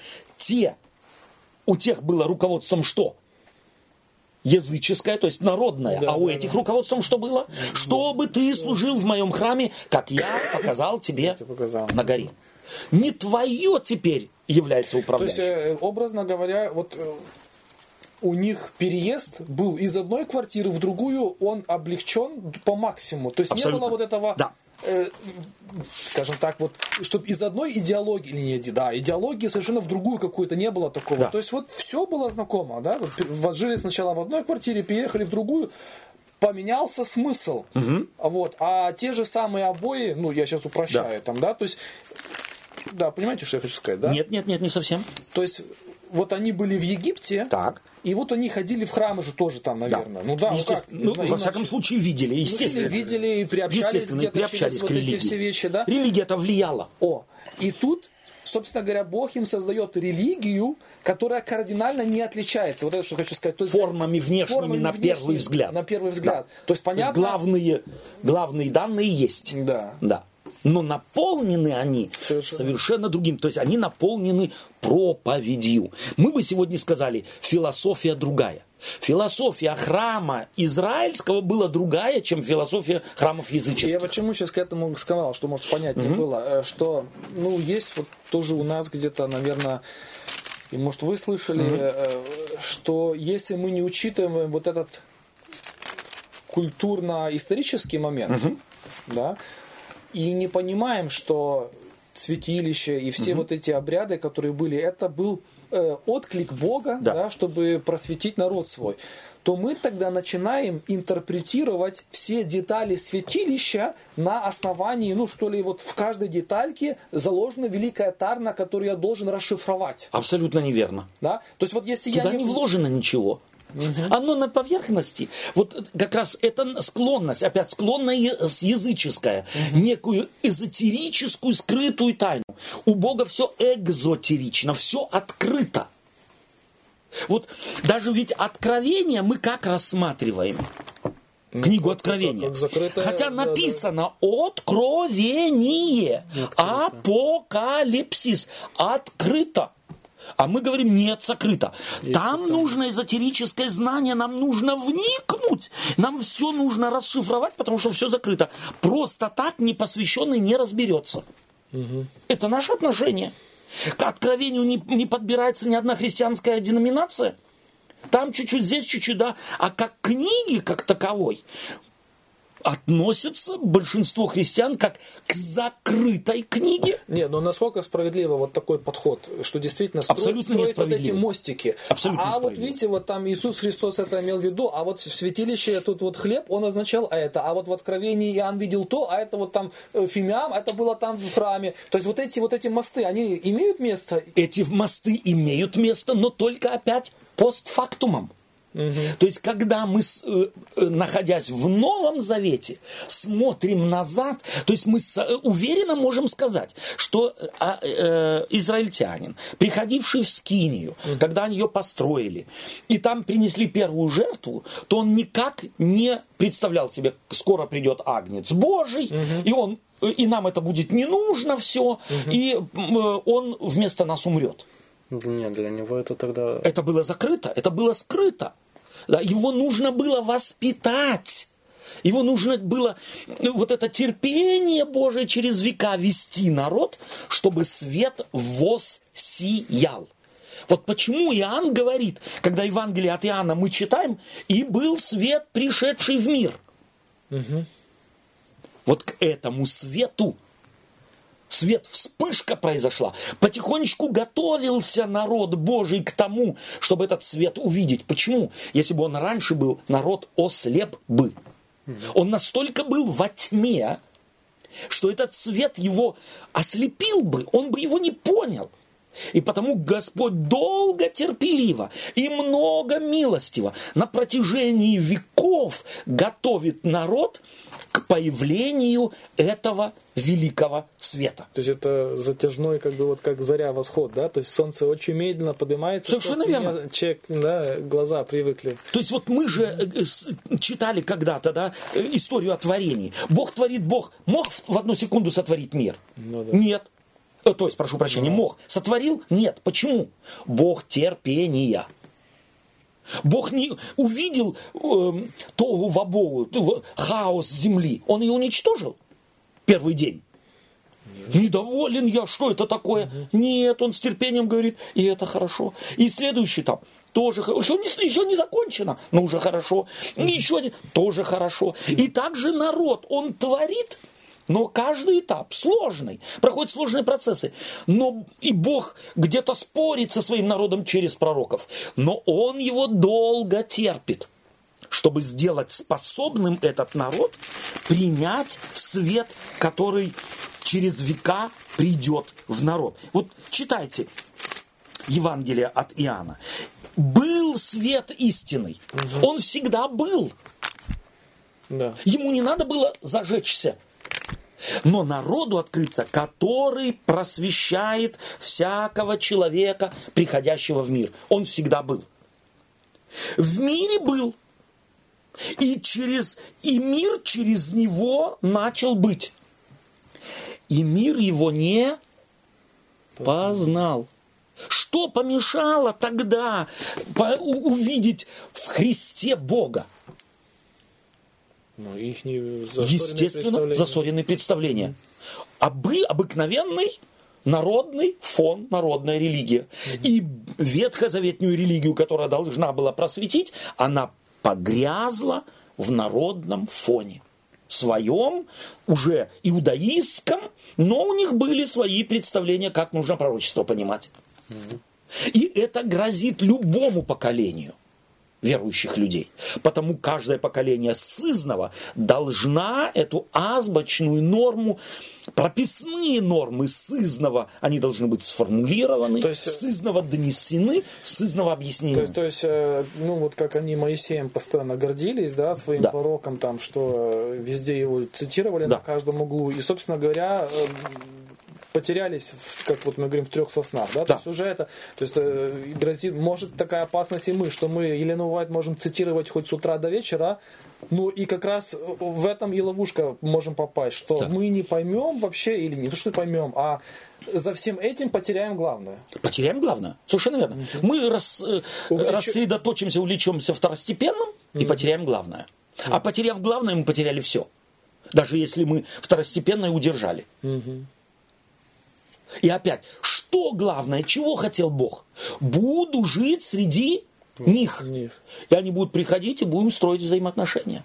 у тех было руководством что? Языческое, то есть народное. У этих руководством что было? Чтобы ты служил в моем храме, как я показал тебе на горе. Не твое теперь является управляющим. То есть, образно говоря, вот у них переезд был из одной квартиры в другую, он облегчен по максимуму. То есть не было вот этого, скажем так, вот, чтобы из одной идеологии, или не идеологии совершенно в другую какую-то не было такого. То есть вот все было знакомо, да? Вот жили сначала в одной квартире, переехали в другую. Поменялся смысл. Вот. А те же самые обои, я сейчас упрощаю, то есть, понимаете, что я хочу сказать, да? Нет, не совсем. То есть, вот они были в Египте, и вот они ходили в храмы же тоже там, наверное. Во всяком случае, видели, естественно. Видели и приобщались где-то через к религии. Эти все вещи, да? Религия-то влияла. И тут, собственно говоря, Бог им создает религию, которая кардинально не отличается. Вот это, что хочу сказать. То есть, формами внешними на первый взгляд. На первый взгляд. То есть, понятно... главные данные есть. Да. Но наполнены они совершенно другим. То есть они наполнены проповедью. Мы бы сегодня сказали, философия другая. Философия храма израильского была другая, чем философия храмов языческих. Я почему сейчас к этому сказал, что, может, понятнее было, что, есть вот тоже у нас где-то, наверное, и, может, вы слышали, что если мы не учитываем вот этот культурно-исторический момент, и не понимаем, что святилище и все вот эти обряды, которые были, это был отклик Бога, чтобы просветить народ свой, то мы тогда начинаем интерпретировать все детали святилища на основании, вот в каждой детальке заложена великая тайна, которую я должен расшифровать. Абсолютно неверно. То есть вот если туда не вложено ничего. Оно на поверхности. Вот как раз это склонность, опять склонная языческая, некую эзотерическую скрытую тайну. У Бога все экзотерично, все открыто. Вот даже ведь Откровение мы как рассматриваем? Книгу Откровения. Хотя написано откровение, апокалипсис, открыто. А мы говорим, нет, сокрыто. Там нужно эзотерическое знание, нам нужно вникнуть. Нам все нужно расшифровать, потому что все закрыто. Просто так непосвященный не разберется. Это наше отношение. К откровению не подбирается ни одна христианская деноминация. Там чуть-чуть, здесь чуть-чуть, да. А как книги, как таковой, относится большинство христиан как к закрытой книге. Нет, но насколько справедливо вот такой подход, что действительно строить вот эти мостики. Абсолютно вот видите, вот там Иисус Христос это имел в виду, а вот в святилище тут вот хлеб, он означал это, а вот в Откровении Иоанн видел то, а это вот там фимиам, это было там в храме. То есть вот эти мосты, они имеют место? Эти мосты имеют место, но только опять постфактумом. То есть, когда мы, находясь в Новом Завете, смотрим назад, то есть мы уверенно можем сказать, что израильтянин, приходивший в Скинию, когда они ее построили, и там принесли первую жертву, то он никак не представлял себе, скоро придет Агнец Божий, и нам это будет не нужно все, и он вместо нас умрет. Нет, для него это тогда... Это было закрыто, это было скрыто. Его нужно было воспитать. Его нужно было вот это терпение Божие через века вести народ, чтобы свет воссиял. Вот почему Иоанн говорит, когда Евангелие от Иоанна мы читаем, «И был свет, пришедший в мир». Вот к этому свету. Свет, вспышка произошла. Потихонечку готовился народ Божий к тому, чтобы этот свет увидеть. Почему? Если бы он раньше был, народ ослеп бы. Он настолько был во тьме, что этот свет его ослепил бы. Он бы его не понял. И потому Господь долго терпеливо и много милостиво на протяжении веков готовит народ к появлению этого великого света. То есть это затяжной, как заря восход, да? То есть солнце очень медленно поднимается. Совершенно верно. Человек, глаза привыкли. То есть вот мы же читали когда-то, историю о творении. Бог мог в одну секунду сотворить мир? Да. Нет. То есть, прошу прощения, мог. Сотворил? Нет. Почему? Бог терпения. Бог не увидел тогу вабоу, хаос земли. Он ее уничтожил первый день. Недоволен я, что это такое? Нет, он с терпением говорит, и это хорошо. И следующий этап тоже хорошо. Еще не закончено, но уже хорошо. И еще один тоже хорошо. И также народ, он творит, но каждый этап сложный, проходят сложные процессы. Но и Бог где-то спорит со своим народом через пророков. Но Он его долго терпит, чтобы сделать способным этот народ принять свет, который через века придет в народ. Вот читайте Евангелие от Иоанна. Был свет истинный. Он всегда был. Да. Ему не надо было зажечься. Но народу открыться, который просвещает всякого человека, приходящего в мир. Он всегда был. В мире был. И мир через него начал быть. И мир его не познал. Что помешало тогда увидеть в Христе Бога? Естественно, засоренные представления. Обыкновенный народный фон, народная религия. И ветхозаветную религию, которая должна была просветить, она погрязла в народном фоне. Своем, уже иудаистском, но у них были свои представления, как нужно пророчество понимать. И это грозит любому поколению верующих людей. Потому каждое поколение сызнова должна эту азбучную норму, прописные нормы сызнова, они должны быть сформулированы, сызнова донесены, сызнова объяснены. То есть, вот как они Моисеем постоянно гордились, своим пророком, там, что везде его цитировали на каждом углу. И, собственно говоря, потерялись, как вот мы говорим, в 3 соснах, да? То есть уже это, грозит, может такая опасность и мы, что мы Елену Уайт можем цитировать хоть с утра до вечера, и как раз в этом и ловушка можем попасть, что мы не поймем вообще, или не то, что поймем, а за всем этим потеряем главное. Потеряем главное, совершенно верно. Мы рассредоточимся, увлечемся второстепенным и потеряем главное. А потеряв главное, мы потеряли все. Даже если мы второстепенное удержали. И опять, что главное, чего хотел Бог? Буду жить среди них. И они будут приходить, и будем строить взаимоотношения.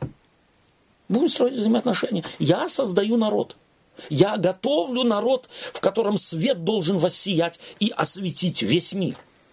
Я создаю народ. Я готовлю народ, в котором свет должен воссиять и осветить весь мир.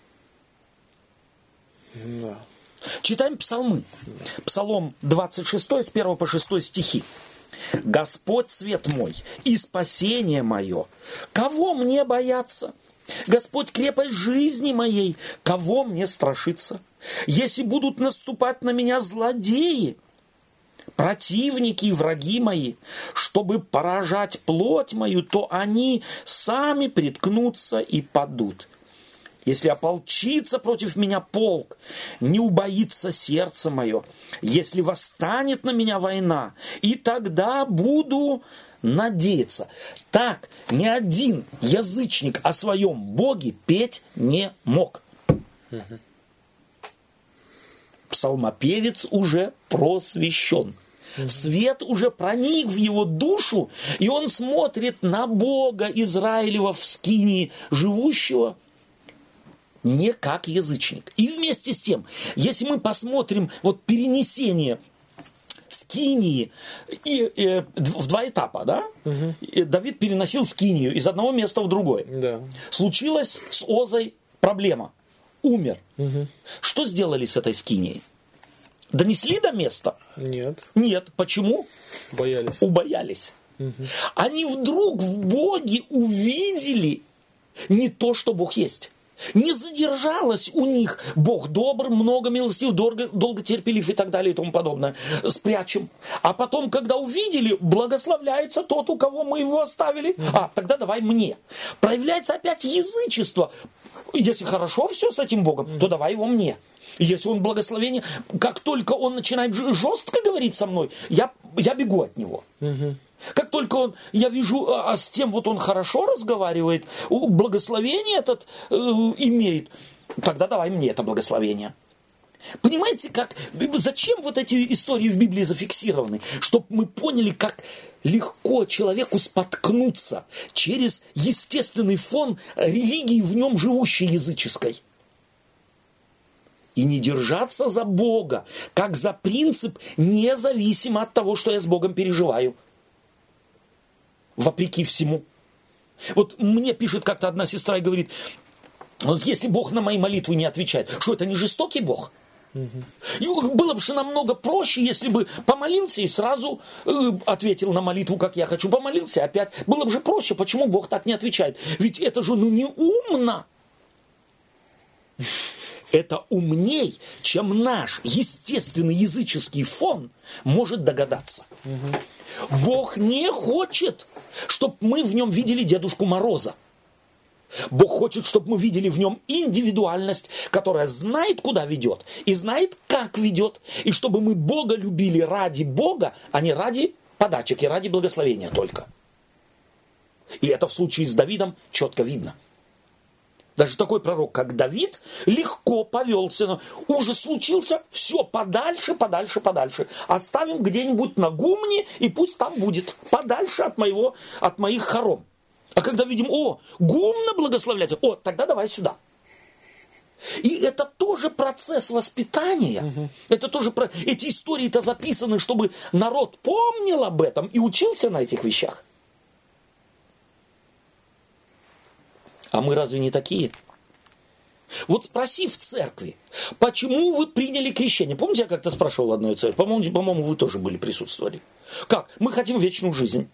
Да. Читаем псалмы. Псалом 26, с 1 по 6 стихи. «Господь свет мой и спасение мое, кого мне бояться? Господь крепость жизни моей, кого мне страшиться? Если будут наступать на меня злодеи, противники и враги мои, чтобы поражать плоть мою, то они сами приткнутся и падут. Если ополчится против меня полк, не убоится сердце мое. Если восстанет на меня война, и тогда буду надеяться. Так ни один язычник о своем Боге петь не мог. Псалмопевец уже просвещен. Свет уже проник в его душу, и он смотрит на Бога Израилева в скинии живущего не как язычник. И вместе с тем, если мы посмотрим вот перенесение скинии в два этапа, да? Давид переносил скинию из одного места в другое. Да. Случилась с Озой проблема. Умер. Что сделали с этой скинией? Донесли до места? Нет. Нет. Почему? Боялись. Убоялись. Они вдруг в Боге увидели не то, что Бог есть. Не задержалось у них Бог добр, много милостив, долго терпелив и так далее и тому подобное. Спрячем. А потом, когда увидели, благословляется тот, у кого мы его оставили. Тогда давай мне. Проявляется опять язычество. Если хорошо все с этим Богом, то давай его мне. Если он благословение, как только он начинает жестко говорить со мной, я бегу от него. Как только я вижу, с тем вот он хорошо разговаривает, благословение этот имеет, тогда давай мне это благословение. Понимаете, зачем вот эти истории в Библии зафиксированы? Чтобы мы поняли, как легко человеку споткнуться через естественный фон религии в нем живущей языческой. И не держаться за Бога, как за принцип, независимо от того, что я с Богом переживаю. Вопреки всему. Вот мне пишет как-то одна сестра и говорит, вот если Бог на мои молитвы не отвечает, что это не жестокий Бог? И было бы же намного проще, если бы помолился и сразу ответил на молитву, как я хочу, помолился опять. Было бы же проще, почему Бог так не отвечает? Ведь это же не умно. Это умней, чем наш естественный языческий фон может догадаться. Бог не хочет, чтобы мы в нем видели Дедушку Мороза. Бог хочет, чтобы мы видели в нем индивидуальность, которая знает, куда ведет, и знает, как ведет. И чтобы мы Бога любили ради Бога, а не ради подачек и ради благословения только. И это в случае с Давидом четко видно. Даже такой пророк, как Давид, легко повелся. Ужас случился, все, подальше, подальше, подальше. Оставим где-нибудь на гумне, и пусть там будет. Подальше от моих хором. А когда видим, гумно благословляется, тогда давай сюда. И это тоже процесс воспитания. Это тоже эти истории-то записаны, чтобы народ помнил об этом и учился на этих вещах. А мы разве не такие? Вот спроси в церкви, почему вы приняли крещение? Помните, я как-то спрашивал в одной церкви? По-моему, вы тоже присутствовали. Как? Мы хотим вечную жизнь.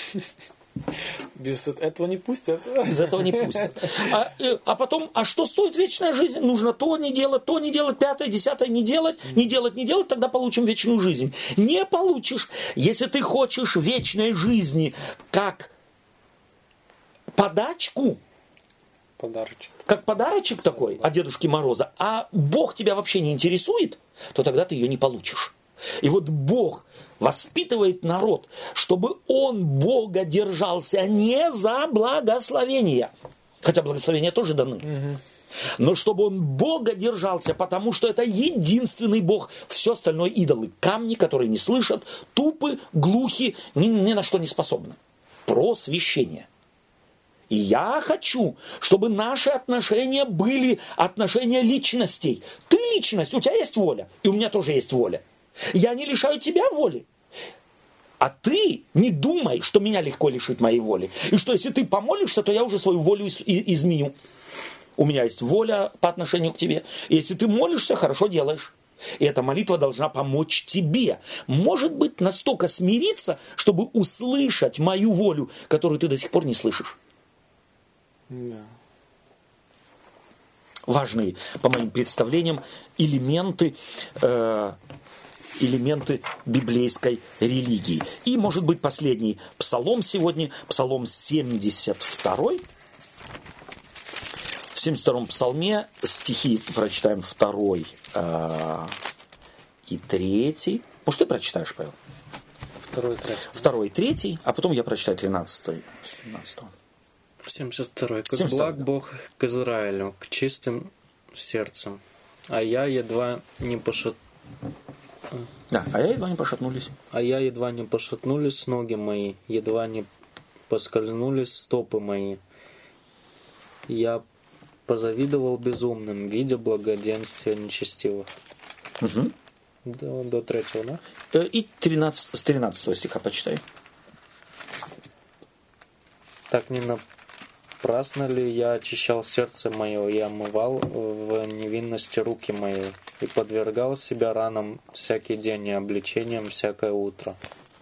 Без этого не пустят. Без этого не пустят. А потом, что стоит вечная жизнь? Нужно то не делать, 5-е, 10-е не делать, тогда получим вечную жизнь. Не получишь. Если ты хочешь вечной жизни как подачку, как подарочек такой от Дедушки Мороза, а Бог тебя вообще не интересует, то тогда ты ее не получишь. И вот Бог воспитывает народ, чтобы он Бога держался не за благословения, хотя благословения тоже даны, но чтобы он Бога держался, потому что это единственный Бог, все остальное идолы, камни, которые не слышат, тупы, глухи, ни на что не способны. Просвещение. И я хочу, чтобы наши отношения были отношения личностей. Ты личность, у тебя есть воля, и у меня тоже есть воля. Я не лишаю тебя воли. А ты не думай, что меня легко лишить моей воли. И что если ты помолишься, то я уже свою волю изменю. У меня есть воля по отношению к тебе. И если ты молишься, хорошо делаешь. И эта молитва должна помочь тебе. Может быть, настолько смириться, чтобы услышать мою волю, которую ты до сих пор не слышишь. Да. важные, по моим представлениям, элементы библейской религии. И, может быть, последний псалом сегодня, псалом 72. В 72-м псалме стихи прочитаем 2 и 3. Может, ты прочитаешь, Павел? 2 и 3, а потом я прочитаю 13 и 17. 72. Как благ Бог к Израилю, к чистым сердцем, а я едва не пошатнулись. А я едва не пошатнулись ноги мои, едва не поскользнулись стопы мои. Я позавидовал безумным, видя благоденствие нечестивых. Угу. До 3, да? И с 13 стиха почитай. Так не напрасно ли я очищал сердце мое и омывал в невинности руки мои, и подвергал себя ранам всякий день и обличениям всякое утро.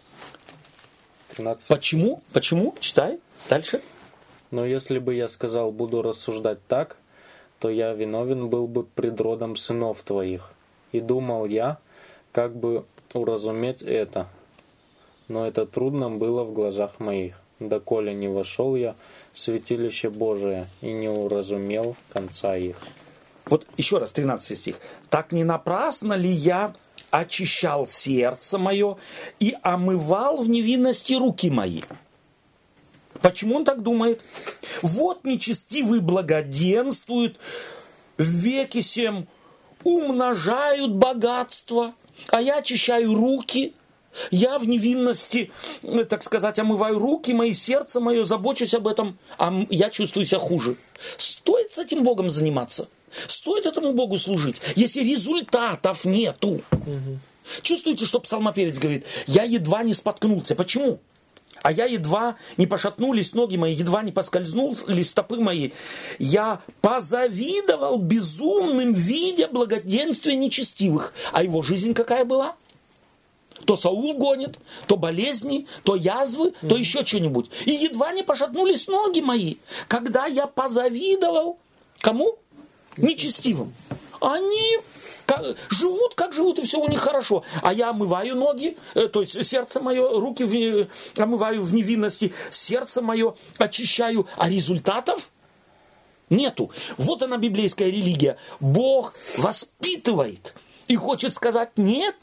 13. Почему? Читай дальше. Но если бы я сказал, буду рассуждать так, то я виновен был бы пред родом сынов твоих. И думал я, как бы уразуметь это. Но это трудно было в глазах моих, доколе не вошел я в святилище Божие и не уразумел конца их. Вот еще раз, 13 стих. «Так не напрасно ли я очищал сердце мое и омывал в невинности руки мои?» Почему он так думает? «Вот нечестивые благоденствуют, в веки сем умножают богатство, а я очищаю руки, я в невинности, так сказать, омываю руки мои, сердце мое, забочусь об этом, а я чувствую себя хуже». Стоит с этим Богом заниматься? Стоит этому Богу служить, если результатов нету? Угу. Чувствуете, что псалмопевец говорит: я едва не споткнулся. Почему? А я едва не пошатнулись ноги мои, едва не поскользнулись стопы мои. Я позавидовал безумным, видя благоденствие нечестивых. А его жизнь какая была? То Саул гонит, то болезни, то язвы, то еще что-нибудь. И едва не пошатнулись ноги мои, когда я позавидовал. Кому? Нечестивым. Они живут, как живут, и все у них хорошо. А я омываю ноги, то есть сердце мое, руки омываю в невинности, сердце мое очищаю, а результатов нету. Вот она, библейская религия. Бог воспитывает и хочет сказать: нет.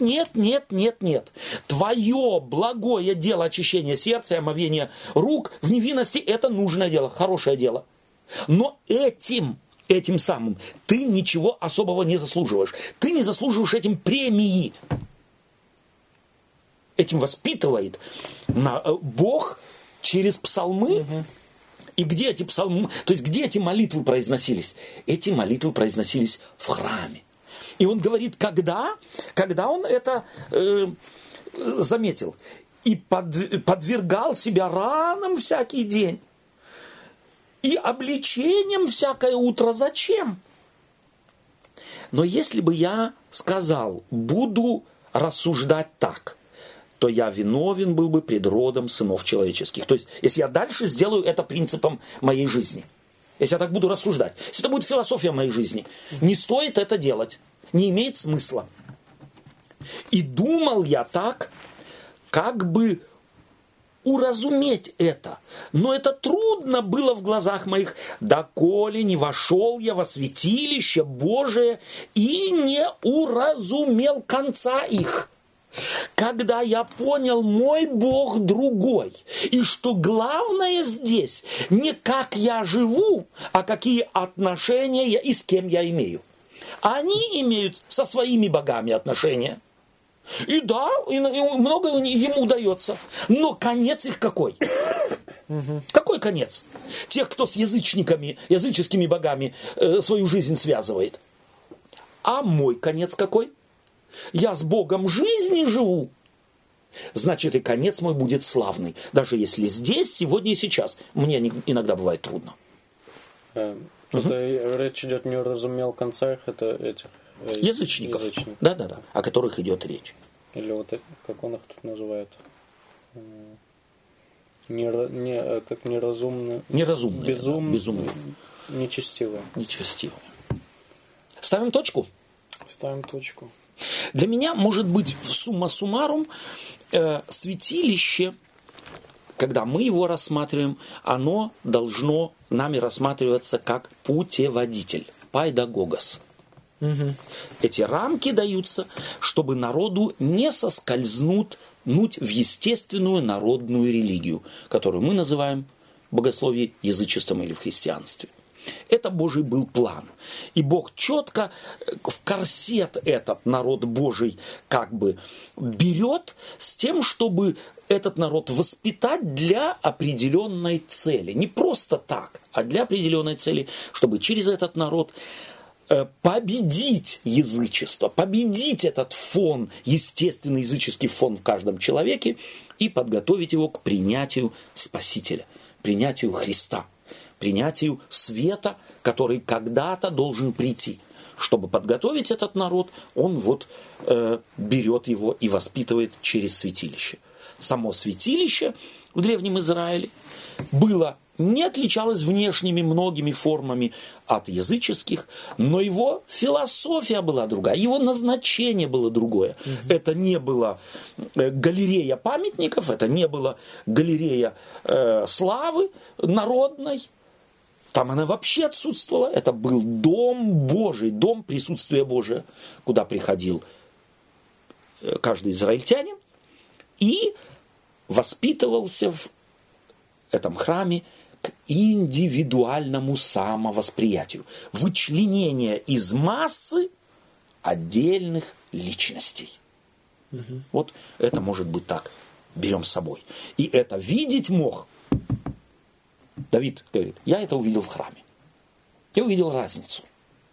Твое благое дело очищения сердца и омовения рук в невинности — это нужное дело, хорошее дело. Но этим самым ты ничего особого не заслуживаешь. Ты не заслуживаешь этим премии. Этим воспитывает Бог через псалмы. Угу. И где эти псалмы, то есть где эти молитвы произносились? Эти молитвы произносились в храме. И он говорит, когда он это заметил. И подвергал себя ранам всякий день. И обличением всякое утро. Зачем? Но если бы я сказал, буду рассуждать так, то я виновен был бы пред родом сынов человеческих. То есть, если я дальше сделаю это принципом моей жизни, если я так буду рассуждать, если это будет философия моей жизни, не стоит это делать, не имеет смысла. И думал я так, как бы уразуметь это. Но это трудно было в глазах моих, доколе не вошел я во святилище Божие и не уразумел конца их. Когда я понял, мой Бог другой, и что главное здесь не как я живу, а какие отношения я и с кем я имею. Они имеют со своими богами отношения. И да, и много ему удается. Но конец их какой? Какой конец? Тех, кто с языческими богами свою жизнь связывает. А мой конец какой? Я с Богом жизни живу. Значит, и конец мой будет славный. Даже если здесь, сегодня и сейчас. Мне иногда бывает трудно. Речь идет, не разумел конца их, это этих... Язычников. Да, о которых идет речь. Или вот как он их тут называет? Как неразумные. Неразумные. Безумные. Нечестивые. Ставим точку? Ставим точку. Для меня, может быть, сумма суммарум, святилище, когда мы его рассматриваем, оно должно нами рассматриваться как путеводитель, пайдагогос. Угу. Эти рамки даются, чтобы народу не соскользнуть в естественную народную религию, которую мы называем в богословии язычеством или в христианстве. Это Божий был план. И Бог четко в корсет этот народ Божий как бы берет с тем, чтобы этот народ воспитать для определенной цели. Не просто так, а для определенной цели, чтобы через этот народ победить язычество, победить этот фон, естественный языческий фон в каждом человеке и подготовить его к принятию Спасителя, принятию Христа, принятию света, который когда-то должен прийти. Чтобы подготовить этот народ, он берет его и воспитывает через святилище. Само святилище в Древнем Израиле не отличалось внешними многими формами от языческих, но его философия была другая, его назначение было другое. Угу. Это не была галерея памятников, это не была галерея славы народной. Там она вообще отсутствовала. Это был дом Божий, дом присутствия Божия, куда приходил каждый израильтянин и воспитывался в этом храме к индивидуальному самовосприятию. Вычленение из массы отдельных личностей. Угу. Вот это может быть так. Берем с собой. И это видеть мог. Давид говорит, я это увидел в храме. Я увидел разницу.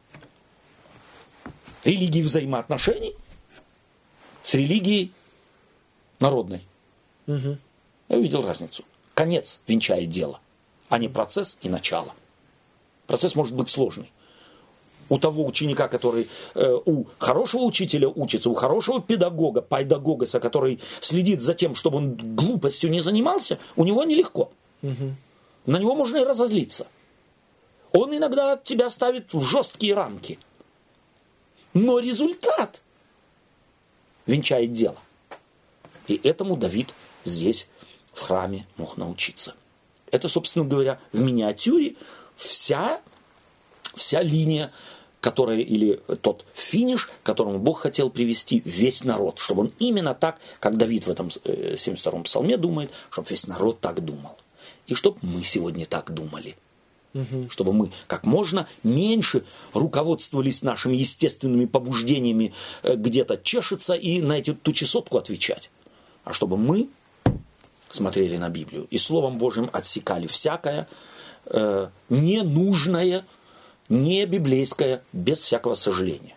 Религии взаимоотношений с религией народной. Угу. Я увидел разницу. Конец венчает дело, а не процесс и начало. Процесс может быть сложный. У того ученика, который у хорошего учителя учится, у хорошего педагога, пайдагогоса, который следит за тем, чтобы он глупостью не занимался, у него нелегко. Угу. На него можно и разозлиться. Он иногда тебя ставит в жесткие рамки. Но результат венчает дело. И этому Давид здесь в храме мог научиться. Это, собственно говоря, в миниатюре вся вся линия, или тот финиш, к которому Бог хотел привести весь народ, чтобы он именно так, как Давид в этом 72-м псалме думает, чтобы весь народ так думал. И чтобы мы сегодня так думали. Чтобы мы как можно меньше руководствовались нашими естественными побуждениями где-то чешется и на эту чесотку отвечать. А чтобы мы смотрели на Библию и Словом Божьим отсекали всякое ненужное, не библейское, без всякого сожаления.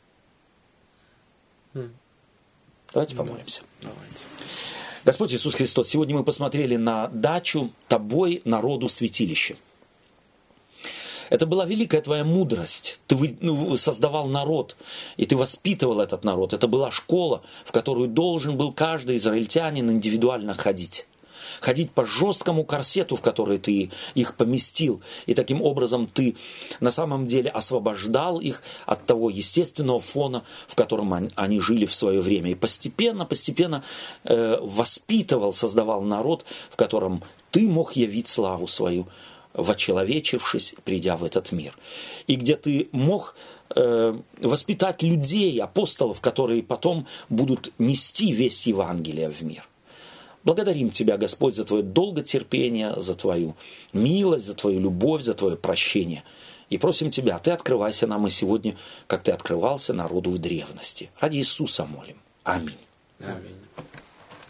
Давайте помолимся. Давайте. Господь Иисус Христос, сегодня мы посмотрели на дачу Тобой народу святилища. Это была великая Твоя мудрость. Ты создавал народ, и Ты воспитывал этот народ. Это была школа, в которую должен был каждый израильтянин индивидуально ходить. Ходить по жесткому корсету, в который Ты их поместил. И таким образом Ты на самом деле освобождал их от того естественного фона, в котором они жили в свое время. И постепенно воспитывал, создавал народ, в котором Ты мог явить славу свою, вочеловечившись, придя в этот мир. И где Ты мог воспитать людей, апостолов, которые потом будут нести весть Евангелия в мир. Благодарим Тебя, Господь, за Твое долготерпение, за Твою милость, за Твою любовь, за Твое прощение. И просим Тебя, Ты открывайся нам и сегодня, как Ты открывался народу в древности. Ради Иисуса молим. Аминь. Аминь.